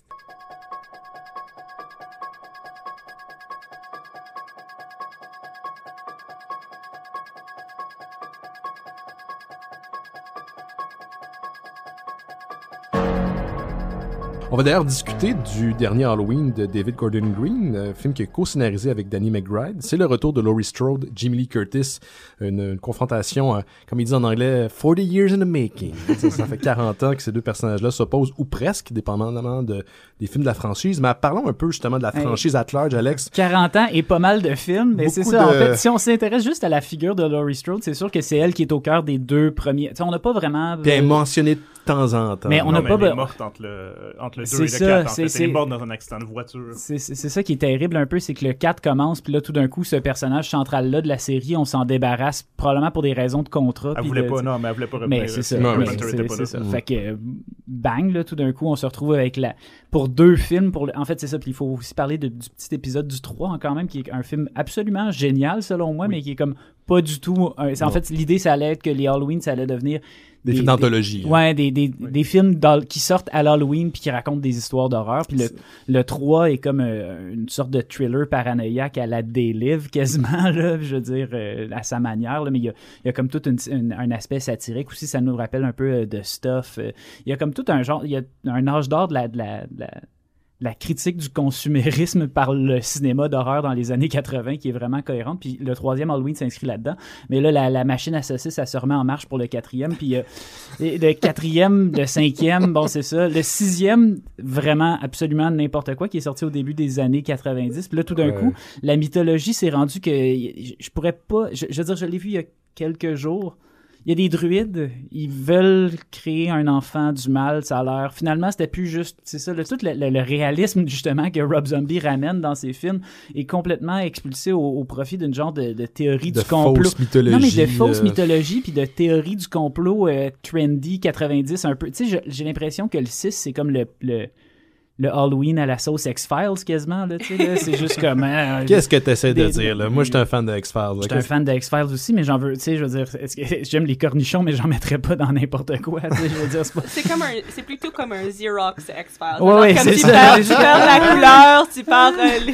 On va d'ailleurs discuter du dernier Halloween de David Gordon Green, un film qui est co-scénarisé avec Danny McBride. C'est le retour de Laurie Strode, Jamie Lee Curtis, une, une confrontation, euh, comme il dit en anglais, forty years in the making. ça, ça fait quarante ans que ces deux personnages-là s'opposent, ou presque, dépendamment de, des films de la franchise. Mais parlons un peu justement de la Hey. franchise at large, Alex. quarante ans et pas mal de films, mais c'est Beaucoup ça. En de- fait, si on s'intéresse juste à la figure de Laurie Strode, c'est sûr que c'est elle qui est au cœur des deux premiers. Tu sais, on n'a pas vraiment... Puis elle est mentionnée de temps en temps. Mais on Non, n'a mais pas elle est be- morte entre le, entre le deux C'est et le ça, quatre. En c'est- fait. c'est- Elle est morte dans un accident de voiture. C'est, c'est, c'est ça qui est terrible un peu, c'est que le quatre commence, puis là, tout d'un coup, ce personnage central-là de la série, on s'en débarrasse probablement pour des raisons de contrat. Elle puis voulait de- pas, non, mais elle voulait pas revenir. Mais c'est euh, ça, si Ouais, mais ouais, Hunter c'est, était pas c'est là. ça. Mm. Fait que, euh, bang, là, tout d'un coup, on se retrouve avec la... Pour deux films, pour le- en fait, c'est ça, puis il faut aussi parler de- du petit épisode du trois, hein, quand même, qui est un film absolument génial, selon moi, mais qui est comme pas du tout... un- c'est- En Non. fait, l'idée, ça allait être que les Halloween, ça allait devenir... Des, films d'anthologie. hein. Ouais, des, des, des films d'Hal- qui sortent à l'Halloween puis qui racontent des histoires d'horreur. Puis le, le trois est comme euh, une sorte de thriller paranoïaque à la Day-Live, quasiment, là, je veux dire, euh, à sa manière. Là, mais il y a, il y a comme tout une, une- un aspect satirique aussi. Ça nous rappelle un peu euh, de Stuff. Euh, il y a comme tout un genre... Il y a un âge d'or de la... De la, de la la critique du consumérisme par le cinéma d'horreur dans les années quatre-vingts qui est vraiment cohérente. Puis le troisième Halloween s'inscrit là-dedans. Mais là, la, la machine à saucisses, elle se remet en marche pour le quatrième. Puis euh, et le quatrième, le cinquième, bon, c'est ça. Le sixième, vraiment, absolument n'importe quoi, qui est sorti au début des années quatre-vingt-dix. Puis là, tout d'un Ouais. coup, la mythologie s'est rendue que je, je pourrais pas... Je, je veux dire, je l'ai vu il y a quelques jours. Il y a des druides, ils veulent créer un enfant du mal, ça a l'air. Finalement, c'était plus juste, c'est ça, le, tout le, le- le réalisme justement que Rob Zombie ramène dans ses films est complètement expulsé au, au profit d'une genre de, de théorie De du complot. fausse mythologie. Non, mais de fausse euh, mythologie puis de théorie du complot euh, trendy quatre-vingt-dix un peu. Tu sais, je- j'ai l'impression que le six, c'est comme le, le, le Halloween à la sauce X-Files quasiment, là, tu sais, là. C'est juste comme... euh, Qu'est-ce que tu essaies de des- dire, là? Moi, je suis un fan de X-Files. là. je suis un fan de X-Files aussi, mais j'en veux, tu sais, je veux dire, est-ce que- j'aime les cornichons, mais j'en mettrais pas dans n'importe quoi, tu sais, je veux dire, c'est pas... C'est comme un, c'est plutôt comme un Xerox X-Files. Ouais, Alors, ouais, comme c'est tu ça. perds, tu perds la couleur, tu perds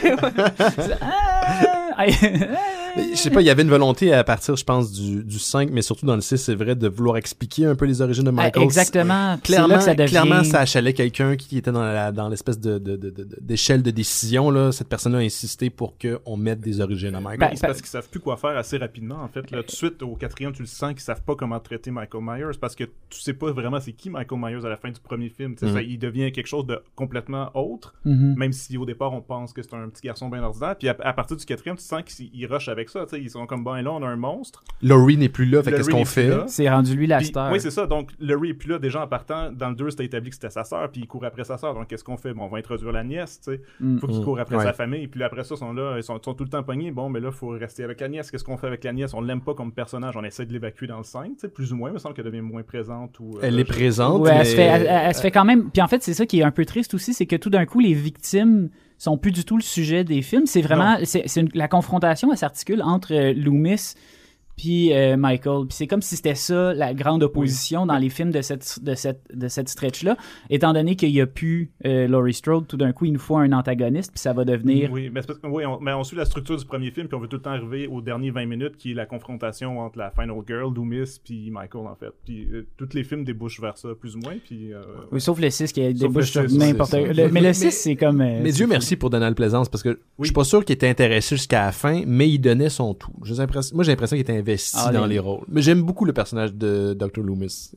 euh, les... Ah! Mais je sais pas, il y avait une volonté à partir, je pense, du, du cinq, mais surtout dans le six, c'est vrai, de vouloir expliquer un peu les origines de Michael. Exactement. Puis c'est Clairement, là que ça devient... clairement, ça achalait quelqu'un qui était dans, la, dans l'espèce de, de, de, de- d'échelle de décision. Là. Cette personne-là a insisté pour qu'on mette des origines à Michael. Ben, C'est parce qu'ils savent plus quoi faire assez rapidement, en fait. Là, tout de suite, au quatrième, tu le sens qu'ils savent pas comment traiter Michael Myers parce que tu sais pas vraiment c'est qui Michael Myers à la fin du premier film. Tu sais, Mhm. ça, il devient quelque chose de complètement autre, Mhm. même si au départ, on pense que c'est un petit garçon bien ordinaire. Puis à, à partir du quatrième, tu sens qu'ils ils rushent avec ça. Tu sais, ils sont comme, ben là, on a un monstre. Laurie n'est plus là, fait Laurie qu'est-ce qu'on n'est plus fait? là. C'est rendu lui la Puis, star. oui, c'est ça. Donc, Laurie est plus là. Déjà, en partant, dans le deux, c'était établi que c'était sa sœur, puis il court après sa sœur. Donc, qu'est-ce qu'on fait? Bon, on va introduire la nièce, tu sais. Mm. Faut qu'il Mm. court après Ouais. sa famille. Puis après ça, ils sont là, ils sont, ils sont tout le temps pognés. Bon, mais là, il faut rester avec la nièce. Qu'est-ce qu'on fait avec la nièce? On l'aime pas comme personnage. On essaie de l'évacuer dans le cinq, tu sais, plus ou moins. Il me semble qu'elle devient moins présente. Ou, euh, Elle est je- présente, Ouais, mais... elle, se fait, elle, elle se fait quand même... Puis en fait, c'est ça qui est un peu triste aussi, c'est que tout d'un coup, les victimes sont plus du tout le sujet des films. C'est vraiment... C'est, c'est une- la confrontation, elle s'articule entre euh, Loomis puis euh, Michael. Puis c'est comme si c'était ça, la grande opposition dans les films de cette, de cette, de cette stretch-là. Étant donné qu'il n'y a plus euh, Laurie Strode, tout d'un coup, il nous faut un antagoniste, puis ça va devenir... Oui, mais, c'est parce que, oui, on, mais on suit la structure du premier film, puis on veut tout le temps arriver aux derniers vingt minutes, qui est la confrontation entre la Final Girl, Loomis, puis Michael, en fait. Puis euh, tous les films débouchent vers ça, plus ou moins. Puis, euh, Oui, sauf le six qui Sauf débouche le sur six, n'importe c'est quoi. ça. Le- Mais le Mais- six, c'est comme... euh, Mais c'est Dieu fou. merci pour Donald Pleasance, parce que je Oui. suis pas sûr qu'il était intéressé jusqu'à la fin, mais il donnait son tout. J'ai l'impression- Moi, j'ai l'impression qu'il était investi Ah, dans les- les rôles. Mais j'aime beaucoup le personnage de docteur Loomis.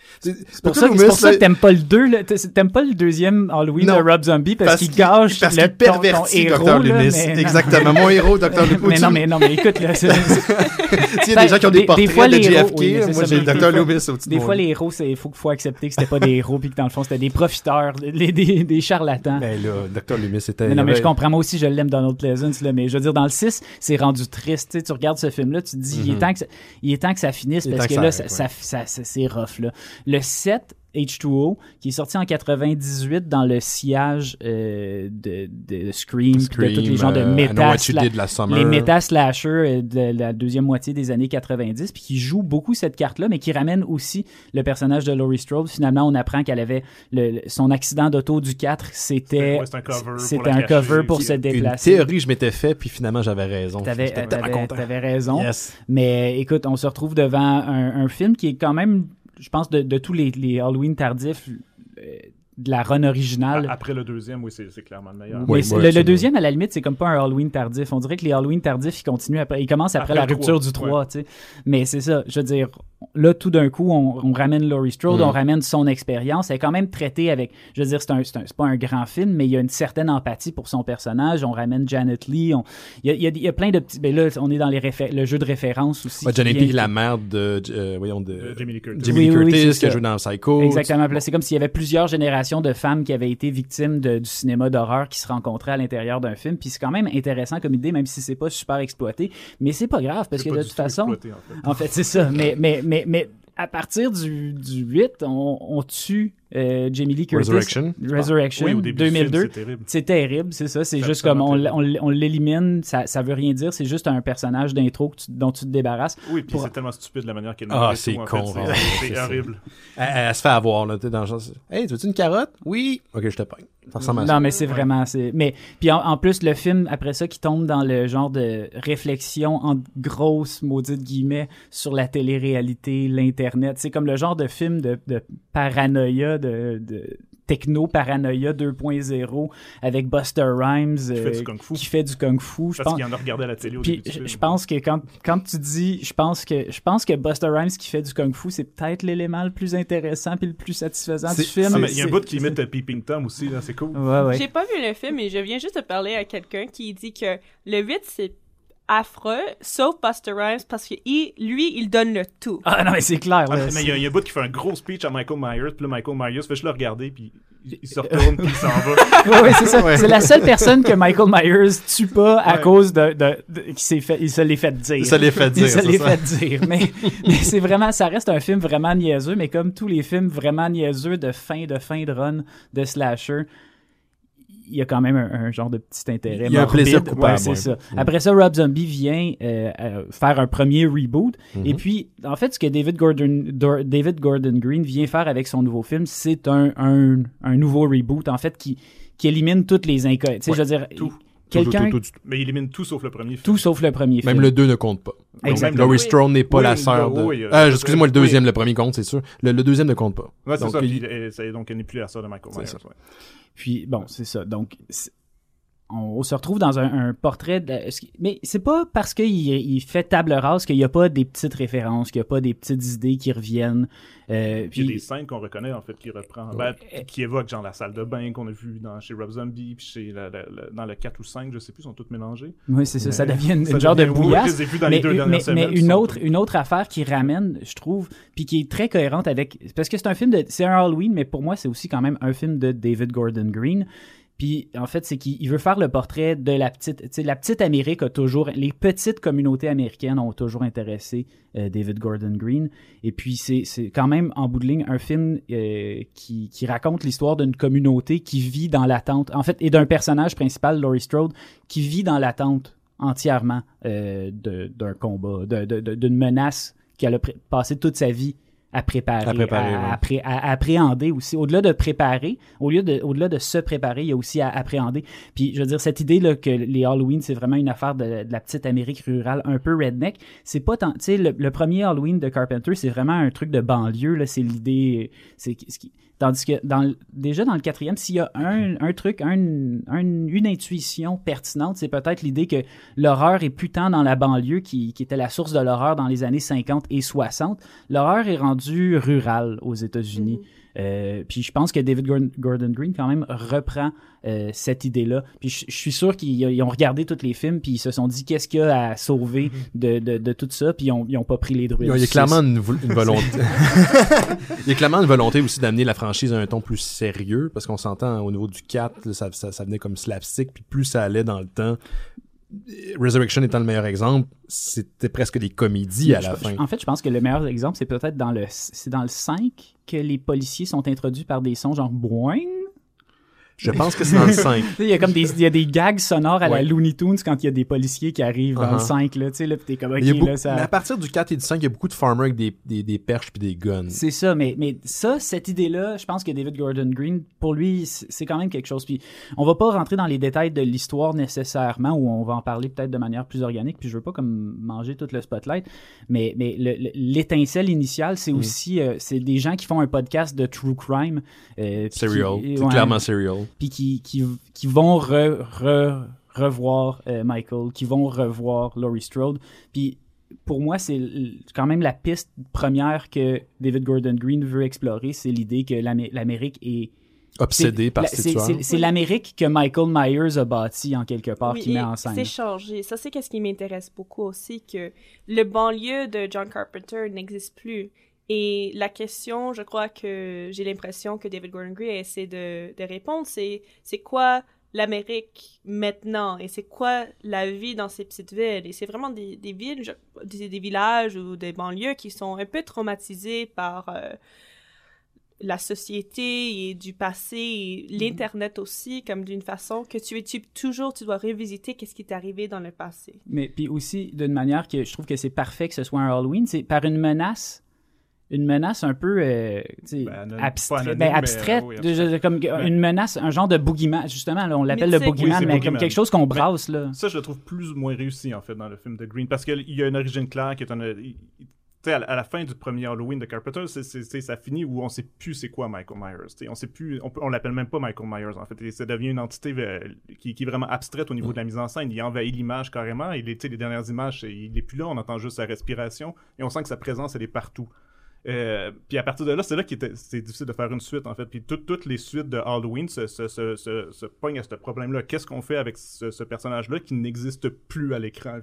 C'est pour, ça, c'est pour ça que t'aimes pas le deux, là. T'aimes pas le deuxième Halloween non, de Rob Zombie parce, parce qu'il, qu'il gâche parce le, qu'il pervertit ton, ton docteur héros, Loomis. Là, mais exactement, mon héros, docteur Loomis. mais non, mais non, mais écoute, là. C'est, c'est... S'il y a des gens qui ont des, des portraits des fois, de J F K, oui, moi j'ai le docteur Loomis au-dessus. Des fois, les héros, il faut, faut accepter que c'était pas des héros puis que dans le fond, c'était des profiteurs, des, des, des charlatans. Ben là, docteur Loomis, c'était. Mais non, mais je comprends, moi aussi, je l'aime Donald Pleasance, là, mais je veux dire, dans le six, c'est rendu triste. Tu sais, tu regardes ce film-là, tu te dis, il est temps que ça, il est temps que ça finisse parce que là, c'est rough, là. Le sept, H deux O, qui est sorti en quatre-vingt-dix-huit dans le sillage euh, de, de Scream, Scream de tous les genres de méta, sla- les méta slashers de la deuxième moitié des années quatre-vingt-dix, puis qui joue beaucoup cette carte-là, mais qui ramène aussi le personnage de Laurie Strode. Finalement, on apprend qu'elle avait le, son accident d'auto du quatre, c'était, ouais, c'était un cover c'était pour, un cover pour se déplacer. Une théorie, je m'étais fait, puis finalement, j'avais raison. T'avais, t'avais, t'avais raison. Yes. Mais écoute, on se retrouve devant un, un film qui est quand même, je pense, de, de tous les, les Halloween tardifs, euh, de la run originale. Après le deuxième, oui, c'est, c'est clairement le meilleur. Oui, oui, le, oui, le deuxième, à la limite, c'est comme pas un Halloween tardif. On dirait que les Halloween tardifs, ils continuent après, ils commencent après, après la rupture du trois, ouais. Tu sais. Mais c'est ça, je veux dire, là, tout d'un coup, on, on ramène Laurie Strode, mm. on ramène son expérience. Elle est quand même traitée avec, je veux dire, c'est, un, c'est, un, c'est pas un grand film, mais il y a une certaine empathie pour son personnage. On ramène Janet Leigh. On, il, y a, il, y a, il y a plein de petits... Ben là, on est dans les réfé- le jeu de référence aussi. Ouais, Janet Leigh, la mère de, euh, voyons, de euh, Jamie Lee Curtis, Jamie Lee oui, Curtis oui, qui a joué dans Psycho. Exactement. Là, c'est comme s'il y avait plusieurs générations de femmes qui avaient été victimes de, du cinéma d'horreur qui se rencontraient à l'intérieur d'un film. Puis c'est quand même intéressant comme idée, même si c'est pas super exploité. Mais c'est pas grave, parce c'est que de toute façon... En fait. en fait, c'est ça. Mais, mais, mais, mais à partir du, du huit, on, on tue euh, Jamie Lee Curtis. Resurrection. Resurrection, oui, au début deux mille deux. Film, c'est terrible. C'est terrible, c'est ça. C'est ça, juste ça comme on, on, on, on l'élimine, ça, ça veut rien dire. C'est juste un personnage d'intro que tu, dont tu te débarrasses. Oui, puis pour... c'est tellement stupide la manière qu'elle Ah, met c'est tout, con. en fait. Ouais, c'est, c'est, c'est horrible. Elle, elle se fait avoir, là. T'es dans le genre, hey, tu veux-tu une carotte? Oui. Ok, je te paye. Ça ressemble à ça. Non, mais c'est vraiment. C'est... Mais, puis en, en plus, le film, après ça, qui tombe dans le genre de réflexion en grosses maudites guillemets sur la télé-réalité, l'Internet. C'est comme le genre de film de, de paranoïa, de. de techno-paranoïa deux point zéro avec Buster Rhymes qui euh, fait du kung-fu. Qui fait du kung-fu. Parce je pense... qu'il en a regardé à la télé au Puis, début du je, film. je pense que quand, quand tu dis, je pense que je pense que Buster Rhymes qui fait du kung-fu, c'est peut-être l'élément le plus intéressant puis le plus satisfaisant c'est, du film. Ah, mais il y a un bout qui imite Peeping Tom aussi, là, c'est cool. Ouais, ouais. J'ai pas vu le film et je viens juste de parler à quelqu'un qui dit que le huit, c'est affreux, sauf Buster Rhymes, parce que il, lui, il donne le tout. Ah non, mais c'est clair. Ah, là, mais c'est... il y, a, il y a un bout qui fait un gros speech à Michael Myers, puis là, Michael Myers fait juste le regarder, puis il se retourne, puis il s'en va. Oui, ouais, c'est ça. Ouais. C'est la seule personne que Michael Myers tue pas à ouais. cause de, de, de, de qui s'est fait, il se l'est fait dire. Il se l'est fait dire. Il se c'est l'est ça. fait dire. Mais, mais c'est vraiment, ça reste un film vraiment niaiseux, mais comme tous les films vraiment niaiseux de fin de fin de run de slasher, il y a quand même un, un genre de petit intérêt. Il y a un morbide. plaisir coupable. Ouais, c'est ouais. ça. Mm. Après ça, Rob Zombie vient euh, euh, faire un premier reboot. Mm-hmm. Et puis, en fait, ce que David Gordon, Dor- David Gordon Green vient faire avec son nouveau film, c'est un, un, un nouveau reboot, en fait, qui, qui élimine toutes les incohérences. Tu sais, Ouais, je veux dire, tout. quelqu'un... Tout, tout, tout, tout. Mais il élimine tout sauf le premier film. Tout sauf le premier film. Même le deux ne compte pas. Exactement. Laurie Oui. Strode n'est pas Oui, la le- sœur de... oui, euh, ah, excusez-moi, le deuxième, oui. le premier compte, c'est sûr. Le, le deuxième ne compte pas. Ouais, c'est donc, ça. il... Puis, elle, c'est, donc, elle n'est plus la sœur de Michael C'est Myers. ça. Ouais. Puis, bon, c'est ça. Donc, c'est... on se retrouve dans un, un portrait de... mais c'est pas parce qu'il il fait table rase qu'il n'y a pas des petites références, qu'il n'y a pas des petites idées qui reviennent. Euh, Puis il y a puis... des scènes qu'on reconnaît, en fait, qui reprend, ben, qui évoquent genre la salle de bain qu'on a vu dans, chez Rob Zombie, puis chez la, la, la, dans le quatre ou cinq, je sais plus, ils sont tous mélangés. Oui, c'est ça, Mais ça devient une, ça une genre devient- de oui, bouillasse. je les ai vus dans mais, les deux dernières mais, semaines, mais ils une sont- autre, une autre affaire qui ramène, je trouve, puis qui est très cohérente avec... Parce que c'est un film de... C'est un Halloween, mais pour moi, c'est aussi quand même un film de David Gordon Green. Puis, en fait, c'est qu'il il veut faire le portrait de la petite... Tu sais, la petite Amérique a toujours... Les petites communautés américaines ont toujours intéressé euh, David Gordon Green. Et puis, c'est, c'est quand même, en bout de ligne, un film euh, qui, qui raconte l'histoire d'une communauté qui vit dans l'attente. En fait, et d'un personnage principal, Laurie Strode, qui vit dans l'attente entièrement euh, de, d'un combat, de, de, de, d'une menace qu'elle a pré- passé toute sa vie à préparer, À préparer, à, ouais. à pré- à appréhender aussi. Au-delà de préparer, au lieu de, au-delà de se préparer, il y a aussi à appréhender. Puis, je veux dire, cette idée là que les Halloween, c'est vraiment une affaire de, de la petite Amérique rurale, un peu redneck, c'est pas tant... Tu sais, le, le premier Halloween de Carpenter, c'est vraiment un truc de banlieue, là, c'est l'idée... c'est ce qui, Tandis que dans le, déjà dans le quatrième, s'il y a un, un truc, un, un, une intuition pertinente, c'est peut-être l'idée que l'horreur est plus tant dans la banlieue qui, qui était la source de l'horreur dans les années cinquante et soixante. L'horreur est rendue rurale aux États-Unis. Mm-hmm. Euh, puis je pense que David Gordon, Gordon Green quand même reprend euh, cette idée-là. Puis je, je suis sûr qu'ils ils ont regardé tous les films puis ils se sont dit qu'est-ce qu'il y a à sauver de, de, de tout ça puis ils ont, ils ont pas pris les druides. Il y a clairement une, une volonté. Il y a clairement une volonté aussi d'amener la franchise à un ton plus sérieux parce qu'on s'entend au niveau du quatre, là, ça, ça, ça venait comme slapstick puis plus ça allait dans le temps. Resurrection étant le meilleur exemple, c'était presque des comédies à je, la je, fin. En fait, je pense que le meilleur exemple, c'est peut-être dans le c'est dans le cinq que les policiers sont introduits par des sons genre boing. Je pense que c'est dans le cinq. Il y a comme des, il y a des gags sonores à ouais. la Looney Tunes quand il y a des policiers qui arrivent uh-huh. dans le cinq, là, tu sais, là, pis t'es comme, ok, beaucoup, là, ça... Mais à partir du quatre et du cinq, il y a beaucoup de farmers avec des, des, des perches pis des guns. C'est ça, mais, mais ça, cette idée-là, je pense que David Gordon Green, pour lui, c'est quand même quelque chose. Puis on va pas rentrer dans les détails de l'histoire nécessairement, où on va en parler peut-être de manière plus organique, puis je veux pas comme manger tout le spotlight, mais, mais le, le, l'étincelle initiale, c'est mm. aussi, euh, c'est des gens qui font un podcast de true crime. Euh, Serial, qui, c'est ouais, clairement Serial. Puis qui, qui qui vont re, re, revoir euh, Michael, qui vont revoir Laurie Strode. Puis pour moi, c'est quand même la piste première que David Gordon Green veut explorer, c'est l'idée que l'Amé- l'Amérique est obsédée par ces tueurs. C'est, c'est l'Amérique que Michael Myers a bâtie en quelque part, oui, qui met en scène. C'est changé. Ça, c'est qu'est-ce qui m'intéresse beaucoup aussi, que le banlieue de John Carpenter n'existe plus. Et la question, je crois que j'ai l'impression que David Gordon Green essaie de, de répondre, c'est c'est quoi l'Amérique maintenant et c'est quoi la vie dans ces petites villes. Et c'est vraiment des, des villes, des, des villages ou des banlieues qui sont un peu traumatisés par euh, la société et du passé et l'Internet aussi, comme d'une façon que tu, tu toujours, tu dois revisiter qu'est-ce qui t'est arrivé dans le passé. Mais puis aussi, d'une manière que je trouve que c'est parfait que ce soit un Halloween, c'est par une menace une menace un peu euh, ben, abstrait, anonyme, ben, abstraite, mais, euh, oui, de, comme ouais. une menace, un genre de boogeyman, justement, là, on l'appelle Mythique. le boogeyman, oui, mais boogeyman. Comme quelque chose qu'on brasse. Là. Ça, je le trouve plus ou moins réussi, en fait, dans le film de Green, parce qu'il y a une origine claire qui est un... À la, à la fin du premier Halloween de Carpenter, c'est, c'est, c'est, ça finit où on sait plus c'est quoi Michael Myers. T'sais. On sait plus, on, on l'appelle même pas Michael Myers, en fait. Et ça devient une entité euh, qui, qui est vraiment abstraite au niveau de la mise en scène. Il envahit l'image carrément. Et les, les dernières images, il est plus là, on entend juste sa respiration. Et on sent que sa présence, elle est partout. Euh, puis à partir de là, c'est là qu'il était, c'est difficile de faire une suite, en fait. Puis tout, toutes les suites de Halloween se, se, se, se, se pognent à ce problème-là. Qu'est-ce qu'on fait avec ce, ce personnage-là qui n'existe plus à l'écran?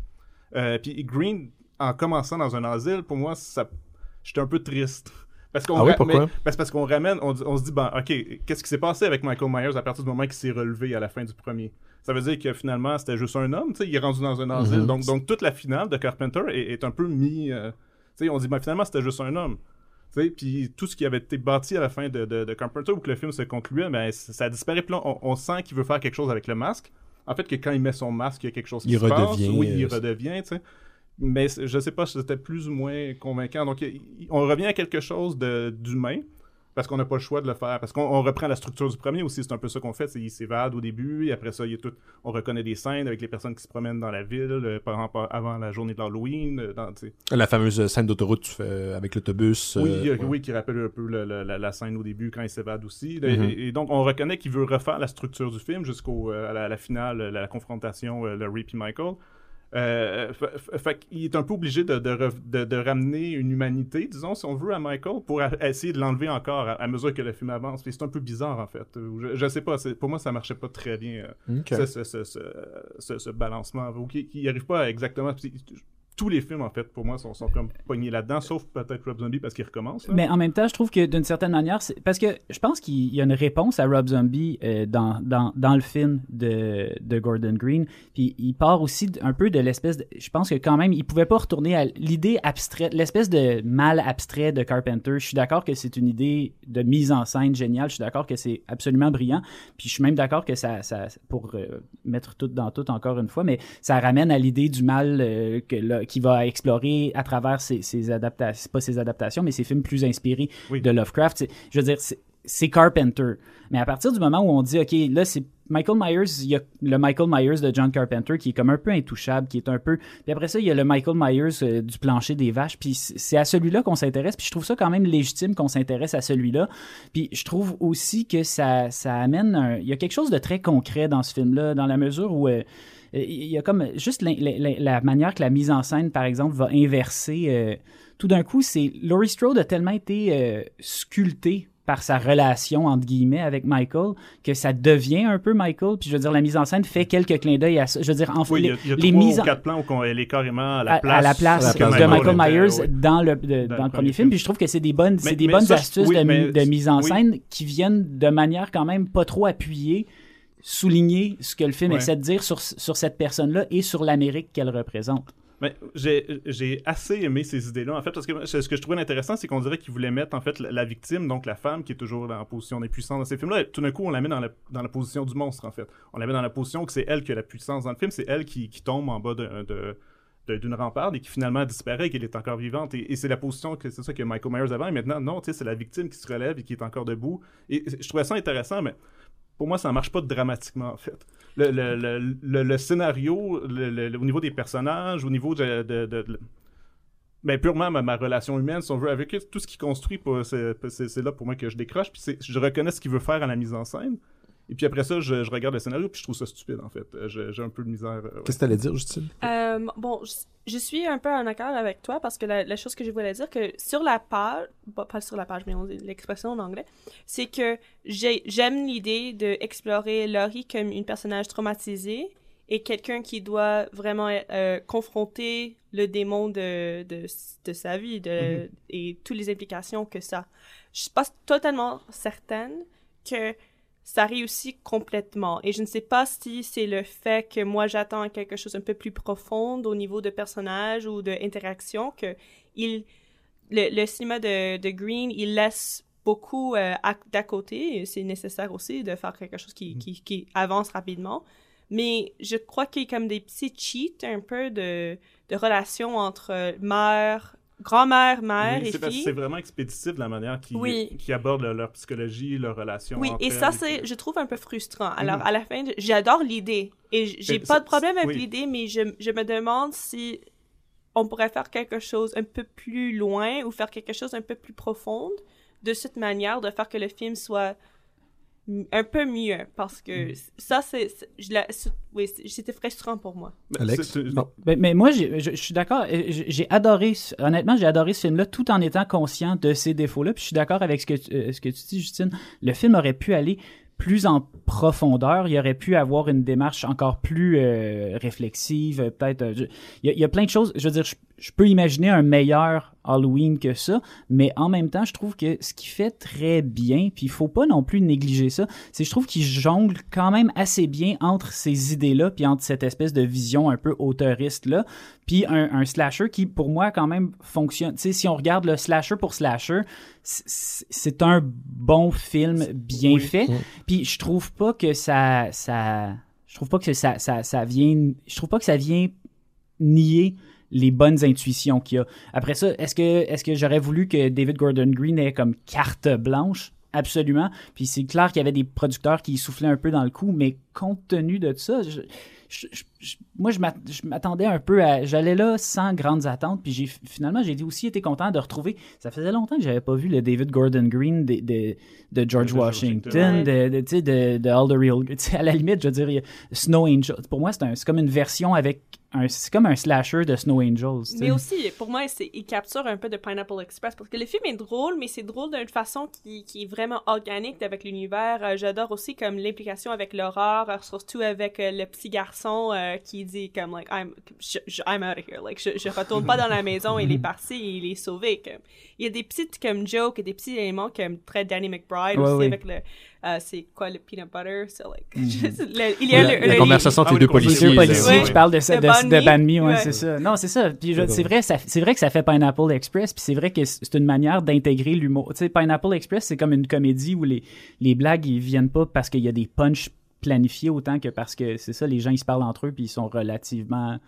Euh, puis Green, en commençant dans un asile, pour moi, ça, j'étais un peu triste. Parce qu'on ah oui, ra- pourquoi? Mais, parce, parce qu'on ramène, on, on se dit, ben, OK, qu'est-ce qui s'est passé avec Michael Myers à partir du moment qu'il s'est relevé à la fin du premier? Ça veut dire que finalement, c'était juste un homme, tu sais, il est rendu dans un asile. Mm-hmm. Donc, donc, toute la finale de Carpenter est, est un peu mis... Euh, tu sais, on dit, ben, finalement, c'était juste un homme. Tu sais, puis tout ce qui avait été bâti à la fin de, de, de Carpenter, où que le film se concluait, ben, ça, ça disparaît. Puis là, on, on sent qu'il veut faire quelque chose avec le masque. En fait, que quand il met son masque, il y a quelque chose qui il se redevient, passe. Oui, il euh... redevient, tu sais. Mais je sais pas si c'était plus ou moins convaincant. Donc, on revient à quelque chose de, d'humain, parce qu'on n'a pas le choix de le faire. Parce qu'on on reprend la structure du premier aussi, c'est un peu ça qu'on fait. C'est, il s'évade au début, et après ça, il y a tout, on reconnaît des scènes avec les personnes qui se promènent dans la ville, euh, par exemple, avant la journée de l'Halloween. Euh, dans, la fameuse scène d'autoroute tu fais, avec l'autobus. Oui, euh, euh, ouais. oui, qui rappelle un peu le, le, la, la scène au début, quand il s'évade aussi. Là, mm-hmm. et, et donc, on reconnaît qu'il veut refaire la structure du film jusqu'à euh, la, la finale, la, la confrontation, euh, Laurie et Michael. Euh, fait, fait qu'il est un peu obligé de, de, de, de ramener une humanité, disons, si on veut, à Michael, pour a, essayer de l'enlever encore à, à mesure que le film avance. Puis c'est un peu bizarre, en fait. Je, je sais pas, c'est, pour moi, ça marchait pas très bien, okay. ce, ce, ce, ce, ce, ce balancement. Okay, il arrive pas à exactement... Tous les films, en fait, pour moi, sont, sont comme pognés là-dedans, sauf peut-être Rob Zombie parce qu'il recommence. Là. Mais en même temps, je trouve que d'une certaine manière, c'est... parce que je pense qu'il y a une réponse à Rob Zombie euh, dans, dans, dans le film de, de Gordon Green. Puis il part aussi un peu de l'espèce de... Je pense que quand même, il pouvait pas retourner à l'idée abstraite, l'espèce de mal abstrait de Carpenter. Je suis d'accord que c'est une idée de mise en scène géniale. Je suis d'accord que c'est absolument brillant. Puis je suis même d'accord que ça, ça pour euh, mettre tout dans tout encore une fois, mais ça ramène à l'idée du mal euh, que là, qui va explorer à travers ses, ses adaptations, pas ses adaptations, mais ses films plus inspirés oui. de Lovecraft. C'est, je veux dire, c'est, c'est Carpenter. Mais à partir du moment où on dit, OK, là, c'est Michael Myers, il y a le Michael Myers de John Carpenter qui est comme un peu intouchable, qui est un peu... Puis après ça, il y a le Michael Myers euh, du plancher des vaches, puis c'est à celui-là qu'on s'intéresse, puis je trouve ça quand même légitime qu'on s'intéresse à celui-là. Puis je trouve aussi que ça, ça amène... Un... Il y a quelque chose de très concret dans ce film-là, dans la mesure où... Euh, il y a comme juste la, la, la manière que la mise en scène, par exemple, va inverser. Euh, tout d'un coup, c'est Laurie Strode a tellement été euh, sculptée par sa relation, entre guillemets, avec Michael, que ça devient un peu Michael. Puis je veux dire, la mise en scène fait quelques clins d'œil à ça. Je veux dire, en fait, oui, les, il y a, il y a les trois mises ou en... quatre plans où elle est carrément à la place, à, à la place à la place de Michael était, Myers oui. dans le, de, dans, dans le premier film. Puis je trouve que c'est des bonnes, Mais, c'est des mais bonnes ça, astuces oui, de, mais, de mise en oui. scène qui viennent de manière quand même pas trop appuyée, souligner ce que le film Ouais. essaie de dire sur, sur cette personne-là et sur l'Amérique qu'elle représente. Mais j'ai, j'ai assez aimé ces idées-là, en fait, parce que ce que je trouvais intéressant, c'est qu'on dirait qu'ils voulaient mettre, en fait, la, la victime, donc la femme qui est toujours dans la position d'impuissance dans ces films-là, et tout d'un coup, on la met dans la, dans la position du monstre, en fait. On la met dans la position que c'est elle qui a la puissance dans le film, c'est elle qui, qui tombe en bas de, de, de, d'une ramparde et qui finalement disparaît et qu'elle est encore vivante. Et, et c'est la position, que c'est ça que Michael Myers avait, et maintenant, non, tu sais, c'est la victime qui se relève et qui est encore debout. Et je trouvais ça intéressant, mais pour moi, ça ne marche pas dramatiquement, en fait. Le, le, le, le, le scénario, le, le, au niveau des personnages, au niveau de... de, de, de ben, purement ma, ma relation humaine, si on veut, avec tout ce qu'il construit, c'est, c'est, c'est là pour moi que je décroche. Puis c'est, je reconnais ce qu'il veut faire à la mise en scène. Et puis après ça, je, je regarde le scénario puis je trouve ça stupide, en fait. Je, j'ai un peu de misère. Euh, ouais. Qu'est-ce que t'allais dire, Justine? Euh, bon, je, je suis un peu en accord avec toi parce que la, la chose que je voulais dire, que sur la page, bah, pas sur la page, mais on dit l'expression en anglais, c'est que j'ai, j'aime l'idée d'explorer Laurie comme une personnage traumatisée et quelqu'un qui doit vraiment euh, confronter le démon de, de, de sa vie de, mm-hmm. et toutes les implications que ça. Je suis pas totalement certaine que ça réussit complètement. Et je ne sais pas si c'est le fait que moi, j'attends quelque chose un peu plus profond au niveau de personnage ou d'interaction, que il, le, le cinéma de, de Green, il laisse beaucoup euh, à, d'à côté. Et c'est nécessaire aussi de faire quelque chose qui, qui, qui avance rapidement. Mais je crois qu'il y a comme des petits cheats un peu de, de relations entre mère, grand-mère, mère oui, et c'est fille. C'est vraiment expéditif de la manière qu'ils oui. qui abordent leur, leur psychologie, leur relation. Oui, entre et ça, elles, c'est, et... je trouve un peu frustrant. Alors, mm. à la fin, j'adore l'idée. Et j'ai mais pas de problème avec oui. l'idée, mais je, je me demande si on pourrait faire quelque chose un peu plus loin ou faire quelque chose un peu plus profond de cette manière, de faire que le film soit un peu mieux, parce que mm. ça, c'est, c'est, je la, c'est, oui, c'était frustrant pour moi. Alex? C'est, c'est... Non. Mais, mais moi, j'ai, je, je suis d'accord, j'ai, j'ai adoré, honnêtement, j'ai adoré ce film-là tout en étant conscient de ces défauts-là, puis je suis d'accord avec ce que, euh, ce que tu dis, Justine. Le film aurait pu aller plus en profondeur, il aurait pu avoir une démarche encore plus euh, réflexive, peut-être. Euh, je, il, y a, il y a plein de choses, je veux dire, je, je peux imaginer un meilleur Halloween que ça, mais en même temps, je trouve que ce qu'il fait très bien, puis il faut pas non plus négliger ça, c'est je trouve qu'il jongle quand même assez bien entre ces idées-là, puis entre cette espèce de vision un peu auteuriste-là, puis un, un slasher qui, pour moi, quand même fonctionne. Tu sais, si on regarde le slasher pour slasher, c'est, c'est un bon film bien oui. fait, oui. Puis je trouve pas que ça, ça, je trouve pas que ça, ça, ça vient, je trouve pas que ça vient nier les bonnes intuitions qu'il y a. Après ça, est-ce que, est-ce que j'aurais voulu que David Gordon Green ait comme carte blanche? Absolument. Puis c'est clair qu'il y avait des producteurs qui soufflaient un peu dans le coup, mais compte tenu de ça, je, je, je, moi, je m'attendais un peu à... J'allais là sans grandes attentes, puis j'ai, finalement, j'ai aussi été content de retrouver... Ça faisait longtemps que j'avais pas vu le David Gordon Green de, de, de George de Washington, de, de, de, de, de All the Real... À la limite, je veux dire, Snow Angel. Pour moi, c'est, un, c'est comme une version avec... Un, c'est comme un slasher de Snow Angels. T'sais. Mais aussi, pour moi, c'est, il capture un peu de Pineapple Express, parce que le film est drôle, mais c'est drôle d'une façon qui, qui est vraiment organique avec l'univers. Euh, j'adore aussi comme l'implication avec l'horreur, euh, surtout avec euh, le petit garçon euh, qui dit comme like I'm, je, je, I'm out of here, like je, je retourne pas dans la maison, il est parti, il est sauvé. Comme. Il y a des petites comme jokes et des petits éléments comme très Danny McBride ouais, aussi oui. avec le euh, c'est quoi le peanut butter, c'est like mm-hmm. juste, le, il y a la, le, la le, conversation entre ah, les deux policiers, deux policiers ouais. qui parlent de ça, de, de, de banh mi, ouais, ouais. c'est ça. Non, c'est ça. Puis je, c'est vrai, ça, c'est vrai que ça fait Pineapple Express, puis c'est vrai que c'est une manière d'intégrer l'humour. Tu sais, Pineapple Express, c'est comme une comédie où les les blagues ils viennent pas parce qu'il y a des punchs planifiés autant que parce que c'est ça, les gens ils se parlent entre eux puis ils sont relativement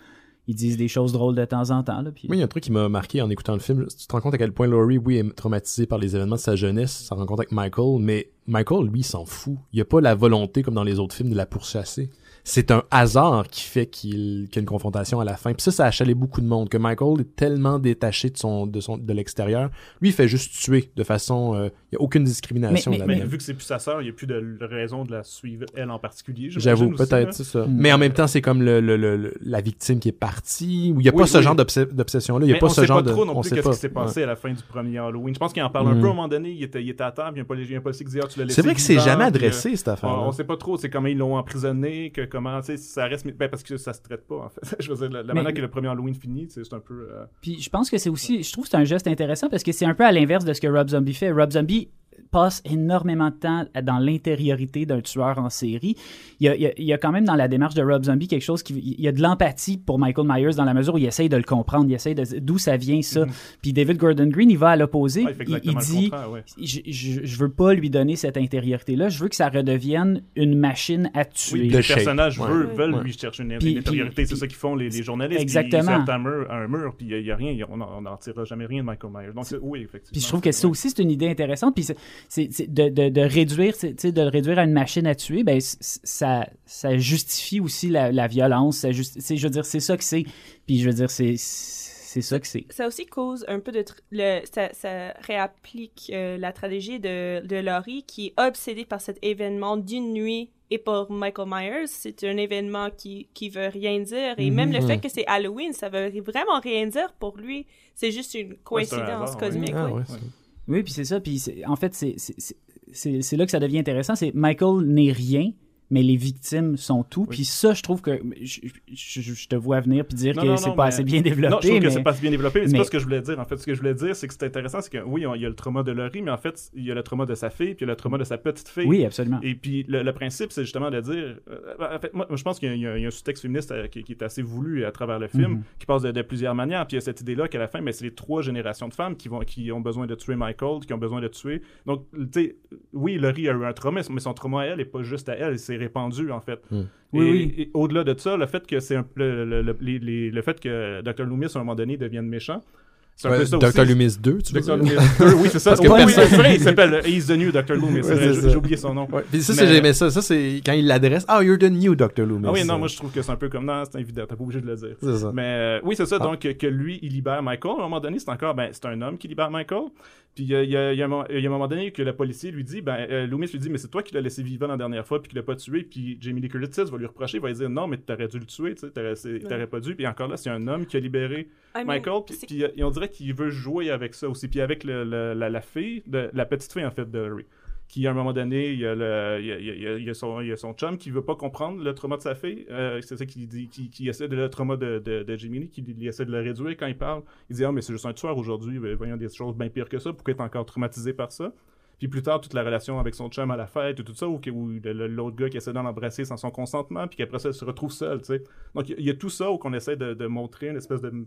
ils disent des choses drôles de temps en temps. Là, puis... Oui, il y a un truc qui m'a marqué en écoutant le film. Tu te rends compte à quel point Laurie, oui, est traumatisée par les événements de sa jeunesse, sa rencontre avec Michael, mais Michael, lui, il s'en fout. Il a pas la volonté, comme dans les autres films, de la pourchasser. C'est un hasard qui fait qu'il, qu'il y a une confrontation à la fin. Puis ça, ça a achalé beaucoup de monde, que Michael est tellement détaché de son, de son, de l'extérieur. Lui, il fait juste tuer de façon, euh, il y a aucune discrimination mais, mais, là-dedans. mais vu que c'est plus sa sœur, il y a plus de raison de la suivre, elle en particulier. J'avoue, peut-être, aussi, c'est ça. Mm. Mais en même temps, c'est comme le, le, le, la victime qui est partie, où il y a oui, pas ce oui. genre d'obs- d'obsession-là. Il y a mais pas on ce sait genre pas de. trop non on plus sait qu'est-ce pas. qui s'est passé ouais. à la fin du premier Halloween. Je pense qu'il en parle mm. un peu à un moment donné. Il était, il était à table, il y a un policier, un policier qui dit ah, tu l'as laissé. C'est vrai que c'est vivant, jamais puis, adressé, euh, cette affaire. On, on sait pas trop, c'est comment ils l'ont emprisonné, que comment, tu sais, ça reste, ben parce que ça se traite pas, en fait. Je veux dire, la, la mais, manière que le premier Halloween finit, c'est un peu... Euh... Puis je pense que c'est aussi, je trouve que c'est un geste intéressant parce que c'est un peu à l'inverse de ce que Rob Zombie fait. Rob Zombie passe énormément de temps dans l'intériorité d'un tueur en série. Il y a, il y a, il y a quand même dans la démarche de Rob Zombie quelque chose qui... Il y a de l'empathie pour Michael Myers dans la mesure où il essaye de le comprendre, il essaye de... D'où ça vient, ça. Mm-hmm. Puis David Gordon Green, il va à l'opposé. Ouais, il, il, il dit, ouais. je, je, je veux pas lui donner cette intériorité-là, je veux que ça redevienne une machine à tuer. Oui, les personnages ouais. veulent, ouais. veulent ouais. lui chercher une, puis, une intériorité. puis, c'est ça qu'ils font les, les journalistes. Exactement. Ils sortent à un mur, à un mur puis il n'y a, a rien, on n'en tirera jamais rien de Michael Myers. Donc, oui, effectivement. Puis je trouve que ça aussi, c'est une idée intéressante. Puis c'est, c'est, c'est de, de, de réduire, de le réduire à une machine à tuer, ben ça, ça justifie aussi la, la violence. Ça justi- je veux dire, c'est ça que c'est. Puis je veux dire, c'est, c'est ça que c'est. Ça aussi cause un peu de... Tr- le, ça, ça réapplique euh, la tragédie de, de Laurie qui est obsédée par cet événement d'une nuit. Et pour Michael Myers, c'est un événement qui, qui veut rien dire. Et mm-hmm. même le fait que c'est Halloween, ça veut vraiment rien dire pour lui. C'est juste une coïncidence ouais, hasard, cosmique. Oui, ah, oui. ouais, c'est... oui puis c'est ça. Puis c'est, en fait, c'est, c'est, c'est, c'est, c'est là que ça devient intéressant. C'est Michael n'est rien, mais les victimes sont tout. Oui. Puis ça, je trouve que je, je, je te vois venir puis dire non, que non, c'est non, pas mais... assez bien développé. Non, je trouve mais... que c'est pas assez bien développé, mais, mais c'est pas ce que je voulais dire. En fait, ce que je voulais dire, c'est que c'est intéressant, c'est que oui, on, il y a le trauma de Laurie, mais en fait, il y a le trauma de sa fille, puis il y a le trauma de sa petite fille. Oui, absolument. Et puis le, le principe, c'est justement de dire... Euh, en fait, moi, je pense qu'il y a, il y a un sous-texte féministe euh, qui, qui est assez voulu à travers le film, mm-hmm. qui passe de, de plusieurs manières. Puis il y a cette idée-là qu'à la fin, mais c'est les trois générations de femmes qui, vont, qui ont besoin de tuer Michael, qui ont besoin de tuer... Donc, tu sais, oui, Laurie a eu un trauma, mais son trauma à elle n'est pas juste à elle, il s'est répandu, en fait. Mm. Et, oui, oui. et au-delà de ça, le fait que c'est un, le, le, le, les, les, le fait que docteur Loomis à un moment donné devienne méchant, c'est un ouais, peu ça docteur aussi. Loomis deux, tu veux docteur dire? Loomis deux, oui, c'est ça. Parce que oui, personne... oui, c'est vrai, il s'appelle He's the New docteur Loomis. Ouais, vrai, j'ai oublié son nom. Ouais. Puis ça, mais... c'est, j'aimais ça. Ça, c'est quand il l'adresse. Ah, oh, you're the new docteur Loomis. Ah oui, non, moi, je trouve que c'est un peu comme, non, c'est évident, t'as pas obligé de le dire. C'est ça. Mais euh, oui, c'est ça, ah. donc, que, que lui, il libère Michael. À un moment donné, c'est encore, ben, c'est un homme qui libère Michael. Puis il y a, y, a, y, a y a un moment donné que le policier lui dit, ben, euh, Loomis lui dit, mais c'est toi qui l'as laissé vivant la dernière fois, puis qui l'a pas tué. Puis Jamie Lee Curtis va lui reprocher, va lui dire, non, mais t'aurais dû le tuer, tu sais, t'aurais, ouais. t'aurais pas dû. Puis encore là, c'est un homme qui a libéré I Michael. Mean, puis, puis, puis on dirait qu'il veut jouer avec ça aussi. Puis avec le, le, la, la fille, de, la petite fille, en fait, de Laurie. Qui, à un moment donné, il y a, le, il y a, il y a, il y a, son, il y a son chum qui veut pas comprendre le trauma de sa fille. Euh, c'est ça qui dit, qui, qui essaie de le trauma de, de, de Jamie Lee, qui il essaie de le réduire quand il parle. Il dit, ah, mais c'est juste un tueur aujourd'hui, voyons des choses bien pires que ça, pourquoi il est encore traumatisé par ça? Puis plus tard, toute la relation avec son chum à la fête et tout ça, où, où le, l'autre gars qui essaie de l'embrasser sans son consentement, puis qu'après ça, il se retrouve seul, tu sais. Donc, il y, y a tout ça où qu'on essaie de, de montrer une espèce de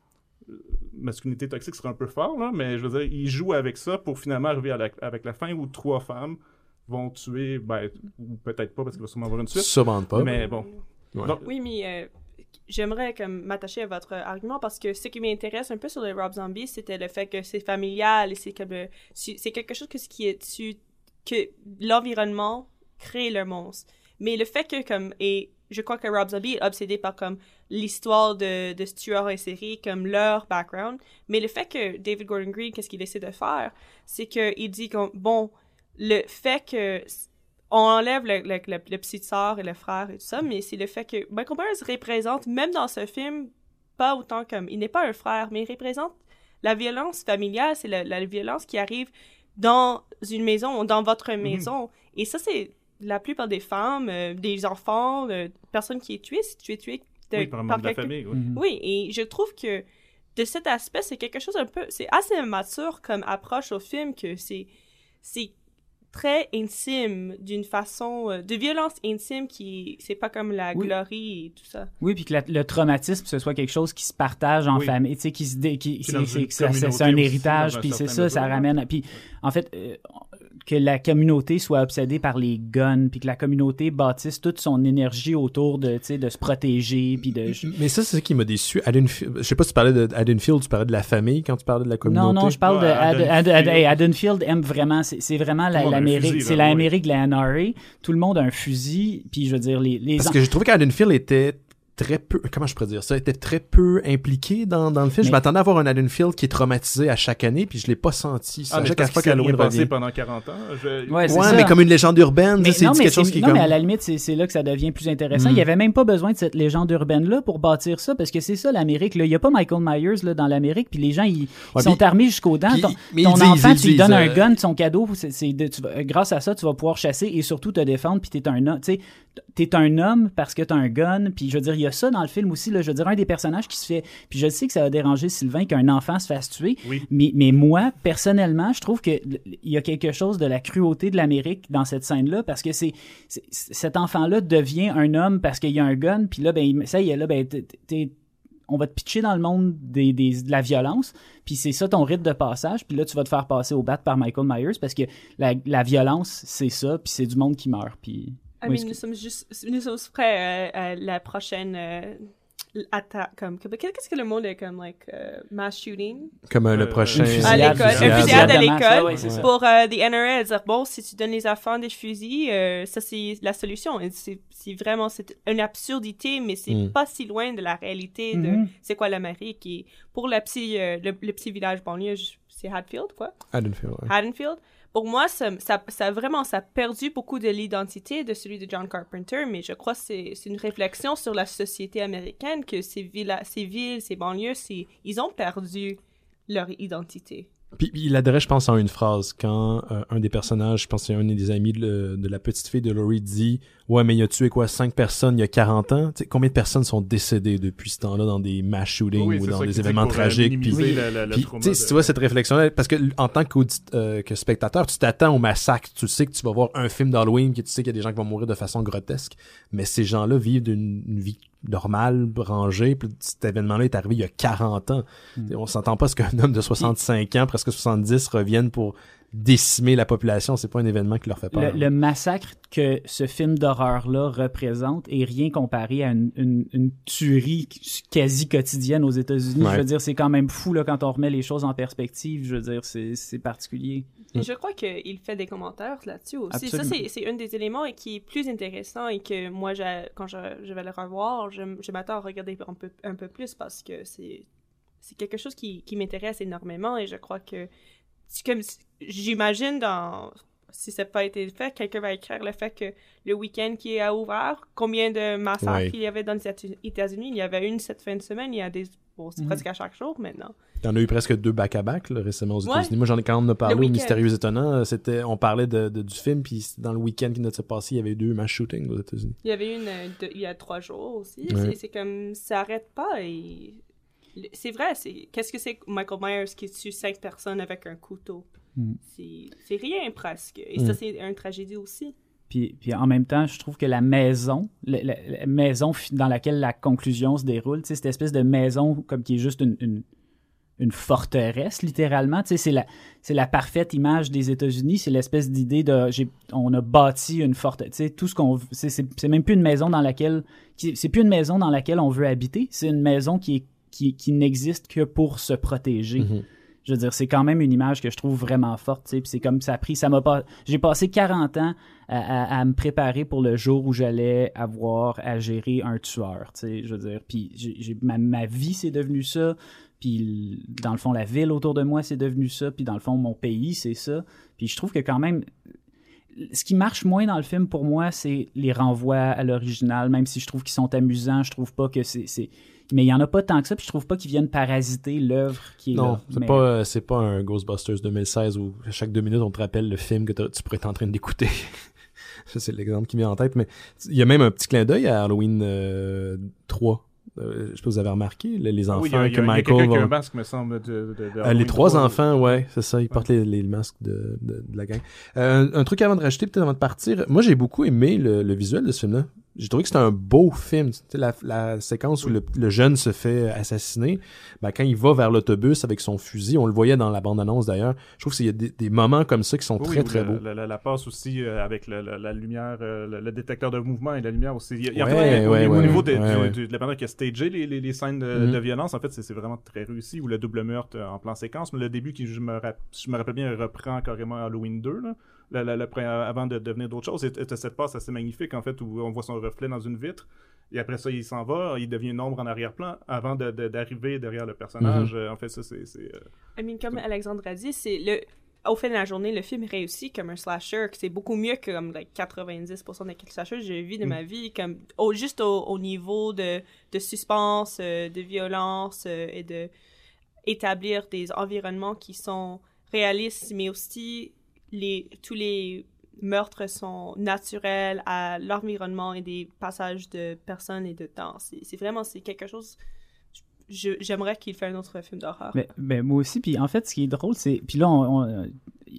masculinité toxique, serait un peu fort, là, mais je veux dire, il joue avec ça pour finalement arriver à la, avec la fin où trois femmes vont tuer, ben, ou peut-être pas, parce qu'il va sûrement avoir une suite. Sûrement pas. Mais bon. Ouais. Donc, oui, mais euh, j'aimerais comme m'attacher à votre argument parce que ce qui m'intéresse un peu sur le Rob Zombie, c'était le fait que c'est familial et c'est comme euh, c'est quelque chose que ce qui est tu, que l'environnement crée le monstre. Mais le fait que comme et je crois que Rob Zombie est obsédé par comme l'histoire de, de ce tueur en série, comme leur background. Mais le fait que David Gordon Green, qu'est-ce qu'il essaie de faire, c'est qu'il dit que, bon, le fait que on enlève le, le, le, le petite sœur et le frère et tout ça, mais c'est le fait que Michael Myers représente, même dans ce film, pas autant comme... Il n'est pas un frère, mais il représente la violence familiale, c'est la, la violence qui arrive dans une maison, dans votre maison. Mm-hmm. Et ça, c'est... La plupart des femmes, euh, des enfants, euh, personne qui est tuée, si tu es tué de, oui, par un membre de la famille. Oui. Mm-hmm. Oui, et je trouve que de cet aspect, c'est quelque chose un peu... C'est assez mature comme approche au film, que c'est, c'est très intime, d'une façon... Euh, de violence intime qui... C'est pas comme la oui. glorie et tout ça. Oui, puis que la, le traumatisme, ce soit quelque chose qui se partage en oui. famille, tu sais, qui se... Dé, qui, c'est, c'est, c'est, c'est, c'est un héritage, puis c'est ça, ça ramène... Puis, en fait... Euh, que la communauté soit obsédée par les guns, puis que la communauté bâtisse toute son énergie autour de, tu sais, de se protéger, puis de... Mais ça, c'est ça qui m'a déçu. Haddonfield, je sais pas si tu parlais de Haddonfield, tu parlais de la famille quand tu parlais de la communauté. Non, non, je parle Ouais, de... Ad- Ad- Ad- Haddonfield. hey, Haddonfield aime vraiment... C'est, c'est vraiment la- Tout le monde a un l'Amérique. fusil, C'est là, l'Amérique de la N R A. Tout le monde a un fusil, puis je veux dire, les... les Parce en- que j'ai trouvé qu'Haddonfield était très peu, comment je pourrais dire ça, était très peu impliqué dans, dans le film. Mais- Je m'attendais à voir un Haddonfield qui est traumatisé à chaque année, puis je l'ai pas senti. Ça, Ah, mais chaque parce fois qu'il s'est rien qu'Halloween passé revient. pendant quarante ans. Je... Ouais, c'est Ouais, ça. mais comme une légende urbaine, Mais c'est non, c'est mais, quelque chose c'est- qui est non comme... mais à la limite, c'est, c'est là que ça devient plus intéressant. Mm. Il n'y avait même pas besoin de cette légende urbaine-là pour bâtir ça, parce que c'est ça, l'Amérique. Là. Il n'y a pas Michael Myers là, dans l'Amérique, puis les gens, ils, ils Ouais, sont puis- armés jusqu'aux dents. puis- ton mais ton ils disent- enfant, ils tu lui disent, donnes euh, un gun, son cadeau, c'est, c'est de- tu vas- grâce à ça, tu vas pouvoir chasser et surtout te défendre, puis t'es un homme. Tu sais, t'es un homme parce que t'as un gun, puis je veux dire, il y a ça dans le film aussi. Là, je veux dire, un des personnages qui se fait... Puis je sais que ça va déranger Sylvain qu'un enfant se fasse tuer, Oui. mais, mais moi, personnellement, je trouve qu'il y a quelque chose de la cruauté de l'Amérique dans cette scène-là, parce que c'est, c'est- cet enfant-là devient un homme parce qu'il y a un gun, puis là, ben, ça y est, là, ben, t'es- t'es- on va te pitcher dans le monde des, des- de la violence, puis c'est ça ton rite de passage, puis là, tu vas te faire passer au bat par Michael Myers, parce que la, la violence, c'est ça, puis c'est du monde qui meurt, puis... I Oui, mean, nous excuse- sommes juste, nous sommes prêts à, à la prochaine euh, attaque, comme, comme- qu'est-ce que le mot est comme, like, euh, mass shooting? Comme euh, le Euh, prochain... une À fusillade, l'école, fusillade. une fusillade à de masse, l'école ouais, ouais, c'est ça. pour euh, the N R A dire bon, si tu donnes les enfants des fusils, euh, ça c'est la solution. Et c'est, c'est vraiment c'est une absurdité, mais c'est Mm. pas si loin de la réalité de Mhm. c'est quoi l'Amérique. Et pour la petit, euh, le, le petit village banlieue, je- c'est Hadfield quoi, Haddonfield, ouais. Haddonfield. Pour moi, ça, ça, ça vraiment, ça a perdu beaucoup de l'identité de celui de John Carpenter, mais je crois que c'est, c'est une réflexion sur la société américaine que ces, villas, ces villes, ces banlieues, c'est, ils ont perdu leur identité. Puis puis il adresse, je pense, en une phrase, quand euh, un des personnages, je pense que c'est un des amis de, de la petite fille de Laurie, dit « Ouais, mais il a tué quoi, cinq personnes il y a quarante ans? » Tu sais, combien de personnes sont décédées depuis ce temps-là dans des mass shootings Oui, ou c'est dans ça des qui dit événements pour, euh, tragiques? Puis, minimiser le- le- le puis, trauma tu sais, si de- tu vois cette réflexion-là, parce que en tant qu'audit- euh, que spectateur, tu t'attends au massacre. Tu sais que tu vas voir un film d'Halloween, que tu sais qu'il y a des gens qui vont mourir de façon grotesque, mais ces gens-là vivent d'une une vie normale, rangée, puis cet événement-là est arrivé il y a quarante ans. Mm. On s'entend pas à ce qu'un homme de soixante-cinq ans, presque soixante-dix, revienne pour décimer la population. C'est pas un événement qui leur fait peur. Le, le massacre que ce film d'horreur-là représente est rien comparé à une, une, une tuerie quasi quotidienne aux États-Unis. Ouais. Je veux dire, c'est quand même fou là, quand on remet les choses en perspective. Je veux dire, c'est, c'est particulier. Et je crois qu'il fait des commentaires là-dessus aussi. Absolument. Ça, c'est, c'est un des éléments et qui est plus intéressant et que moi, j'ai- quand je, je vais le revoir, je, je m'attends à regarder un peu, un peu plus parce que c'est, c'est quelque chose qui, qui m'intéresse énormément et je crois que, c'est comme, j'imagine dans... Si ça n'a pas été fait, quelqu'un va écrire le fait que le week-end qui a ouvert, combien de massacres Ouais. il y avait dans les États- États-Unis. Il y avait une cette fin de semaine, il y a des... Bon, c'est Mhm. presque à chaque jour maintenant. Il y en a eu presque deux back-à-back là, récemment aux Ouais. États-Unis. Moi, j'en ai quand même parlé Le au week-end. Mystérieux Étonnant. Euh, C'était, on parlait de, de- du film, puis dans le week-end qui nous a passé, il y avait eu deux mass shootings aux États-Unis. Il y avait une euh, de- il y a trois jours aussi. Ouais. C'est, c'est comme ça arrête pas et le- c'est vrai. C'est qu'est-ce que c'est que Michael Myers qui tue cinq personnes avec un couteau. Mm. C'est, c'est rien presque. Et Mm. ça c'est une tragédie aussi. Puis, puis en même temps, je trouve que la maison, la, la- la maison fi- dans laquelle la conclusion se déroule, tu sais, cette espèce de maison comme qui est juste une, une, une forteresse, littéralement, tu sais, c'est la, c'est la parfaite image des États-Unis, c'est l'espèce d'idée de, j'ai, on a bâti une forteresse, tu sais, tout ce qu'on, c'est, c'est, c'est même plus une maison dans laquelle, qui- c'est plus une maison dans laquelle on veut habiter, c'est une maison qui est, qui, qui n'existe que pour se protéger. Mhm. Je veux dire, c'est quand même une image que je trouve vraiment forte, tu sais, puis c'est comme ça a pris, ça m'a pas, j'ai passé quarante ans à, à- à me préparer pour le jour où j'allais avoir à gérer un tueur, tu sais, je veux dire, puis j'ai, j'ai- ma, ma vie c'est devenu ça, puis l- dans le fond la ville autour de moi c'est devenu ça, puis dans le fond mon pays c'est ça, puis je trouve que quand même, ce qui marche moins dans le film pour moi c'est les renvois à l'original, même si je trouve qu'ils sont amusants, je trouve pas que c'est, c'est... mais il y en a pas tant que ça, puis je trouve pas qu'ils viennent parasiter l'œuvre qui est Non, là. c'est Mais- pas, euh, c'est pas un Ghostbusters deux mille seize où à chaque deux minutes on te rappelle le film que t'as- tu pourrais être en train d'écouter. Ça, c'est l'exemple qui me vient en tête, mais il y a même un petit clin d'œil à Halloween euh, trois. Euh, je sais pas si vous avez remarqué, là, les enfants Oui, il y a, il y a- que il y a Michael quelqu'un qui a va- un masque, me semble, de, de, de Euh, les Halloween trois trois. enfants, ouais, c'est ça, ils portent les, les masques de, de, de la gang. Euh, un, un truc avant de rajouter, peut-être avant de partir, moi j'ai beaucoup aimé le, le visuel de ce film-là. j'ai trouvé que c'était un beau film. Tu sais, la, la séquence où le, le jeune se fait assassiner, ben, quand il va vers l'autobus avec son fusil, on le voyait dans la bande-annonce d'ailleurs, je trouve qu'il y a des, des moments comme ça qui sont oui, très très le, beaux. La, la, la passe aussi euh, avec le, le, la lumière, euh, le, le détecteur de mouvement et la lumière aussi. Il y a, il y a Ouais, en fait, ouais, au, ouais, au niveau ouais, de, ouais, du, ouais. du, de la manière qui a stagé les, les, les scènes de, Mm-hmm. de violence, en fait, c'est, c'est vraiment très réussi. Ou le double meurtre euh, en plan séquence. Mais le début, qui, je, me rap- je me rappelle bien, reprend carrément Halloween deux, là. Le, le, le, avant de devenir d'autres choses. Et, et cette passe assez magnifique, en fait, où on voit son reflet dans une vitre. Et après ça, il s'en va, il devient une ombre en arrière-plan avant de, de, d'arriver derrière le personnage. Mm-hmm. Euh, en fait, ça, c'est... c'est euh, I mean, comme Alexandre a dit, c'est le... au fin de la journée, le film réussit comme un slasher, que c'est beaucoup mieux que comme, like, quatre-vingt-dix pour cent des slashers que j'ai vu de mm. ma vie, comme au, juste au, au niveau de, de suspense, euh, de violence euh, et de établir des environnements qui sont réalistes, mais aussi les, tous les meurtres sont naturels à l'environnement et des passages de personnes et de temps. C'est, c'est vraiment c'est quelque chose... Je, j'aimerais qu'il fasse un autre film d'horreur. Mais, mais moi aussi, puis en fait, ce qui est drôle, c'est... Puis là, on, on,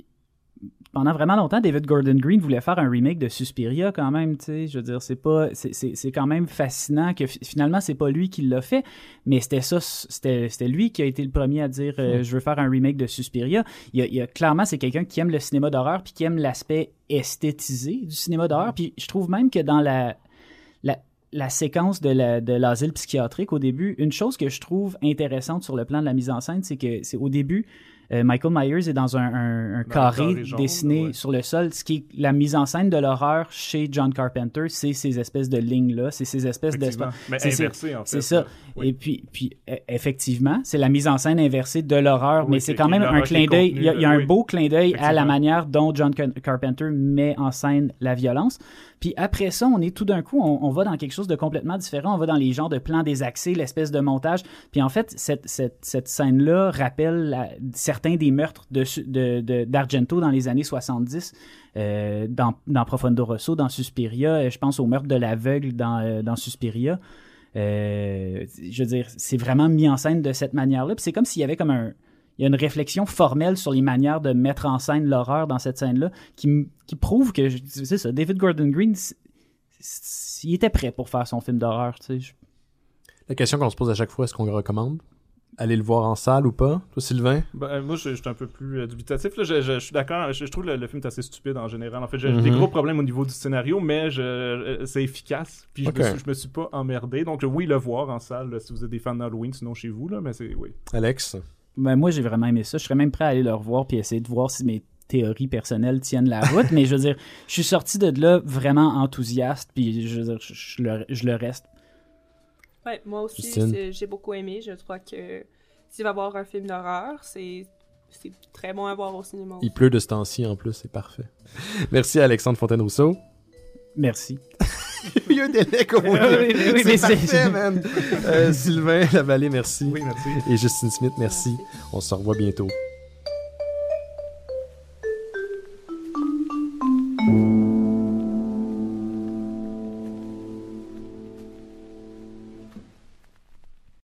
pendant vraiment longtemps, David Gordon Green voulait faire un remake de Suspiria quand même, tu sais. Je veux dire, c'est pas... C'est, c'est, c'est quand même fascinant que f- finalement, c'est pas lui qui l'a fait, mais c'était ça, c'était, c'était lui qui a été le premier à dire euh, « Je veux faire un remake de Suspiria ». Il y a, il y a, clairement, c'est quelqu'un qui aime le cinéma d'horreur puis qui aime l'aspect esthétisé du cinéma d'horreur. Puis je trouve même que dans la... la la séquence de, la, de l'asile psychiatrique au début, une chose que je trouve intéressante sur le plan de la mise en scène, c'est que c'est au début, euh, Michael Myers est dans un, un, un carré, carré jaune, dessiné ouais. sur le sol. Ce qui est la mise en scène de l'horreur chez John Carpenter, c'est ces espèces de lignes-là, c'est ces espèces d'espaces. Mais c'est, inversé, en fait. C'est ça. Oui. Et puis, puis, effectivement, c'est la mise en scène inversée de l'horreur, oui, mais c'est, c'est quand même un clin d'œil. Il y a, il y a un oui. beau clin d'œil à la manière dont John Carpenter met en scène la violence. Puis après ça, on est tout d'un coup, on, on va dans quelque chose de complètement différent. On va dans les genres de plans désaxés, l'espèce de montage. Puis en fait, cette, cette, cette scène-là rappelle la, certains des meurtres de, de, de, d'Argento dans les années soixante-dix, euh, dans, dans Profondo Rosso, dans Suspiria. Je pense au meurtre de l'aveugle dans, euh, dans Suspiria. Euh, je veux dire, c'est vraiment mis en scène de cette manière-là. Puis c'est comme s'il y avait comme un... Il y a une réflexion formelle sur les manières de mettre en scène l'horreur dans cette scène-là qui, qui prouve que, c'est ça, David Gordon Green, il était prêt pour faire son film d'horreur, tu sais. La question qu'on se pose à chaque fois, est-ce qu'on le recommande? Aller le voir en salle ou pas? Toi, Sylvain? Ben, moi, je, je suis un peu plus euh, dubitatif. Là. Je, je, je suis d'accord. Je, je trouve que le, le film est assez stupide en général. En fait, j'ai, mm-hmm. j'ai des gros problèmes au niveau du scénario, mais je, c'est efficace. Puis okay. je, me suis, je me suis pas emmerdé. Donc, oui, le voir en salle, là, si vous êtes des fans d'Halloween, sinon chez vous, là, mais c'est, oui. Alex? Ben, moi, j'ai vraiment aimé ça. Je serais même prêt à aller le revoir puis essayer de voir si mes théories personnelles tiennent la route. Mais je veux dire, je suis sorti de là vraiment enthousiaste, puis je veux dire, je, je, le, je le reste. Ouais, moi aussi, j'ai beaucoup aimé. Je crois que s'il va y avoir un film d'horreur, c'est, c'est très bon à voir au cinéma. Il pleut de ce temps-ci en plus, c'est parfait. Merci à Alexandre Fontaine-Rousseau. Merci. Il y a un délai comme on dit. Oui, oui, oui, c'est parfait, c'est... man. Euh, Sylvain Lavallée, merci. Oui, merci. Et Justine Smith, merci. merci. On se revoit bientôt.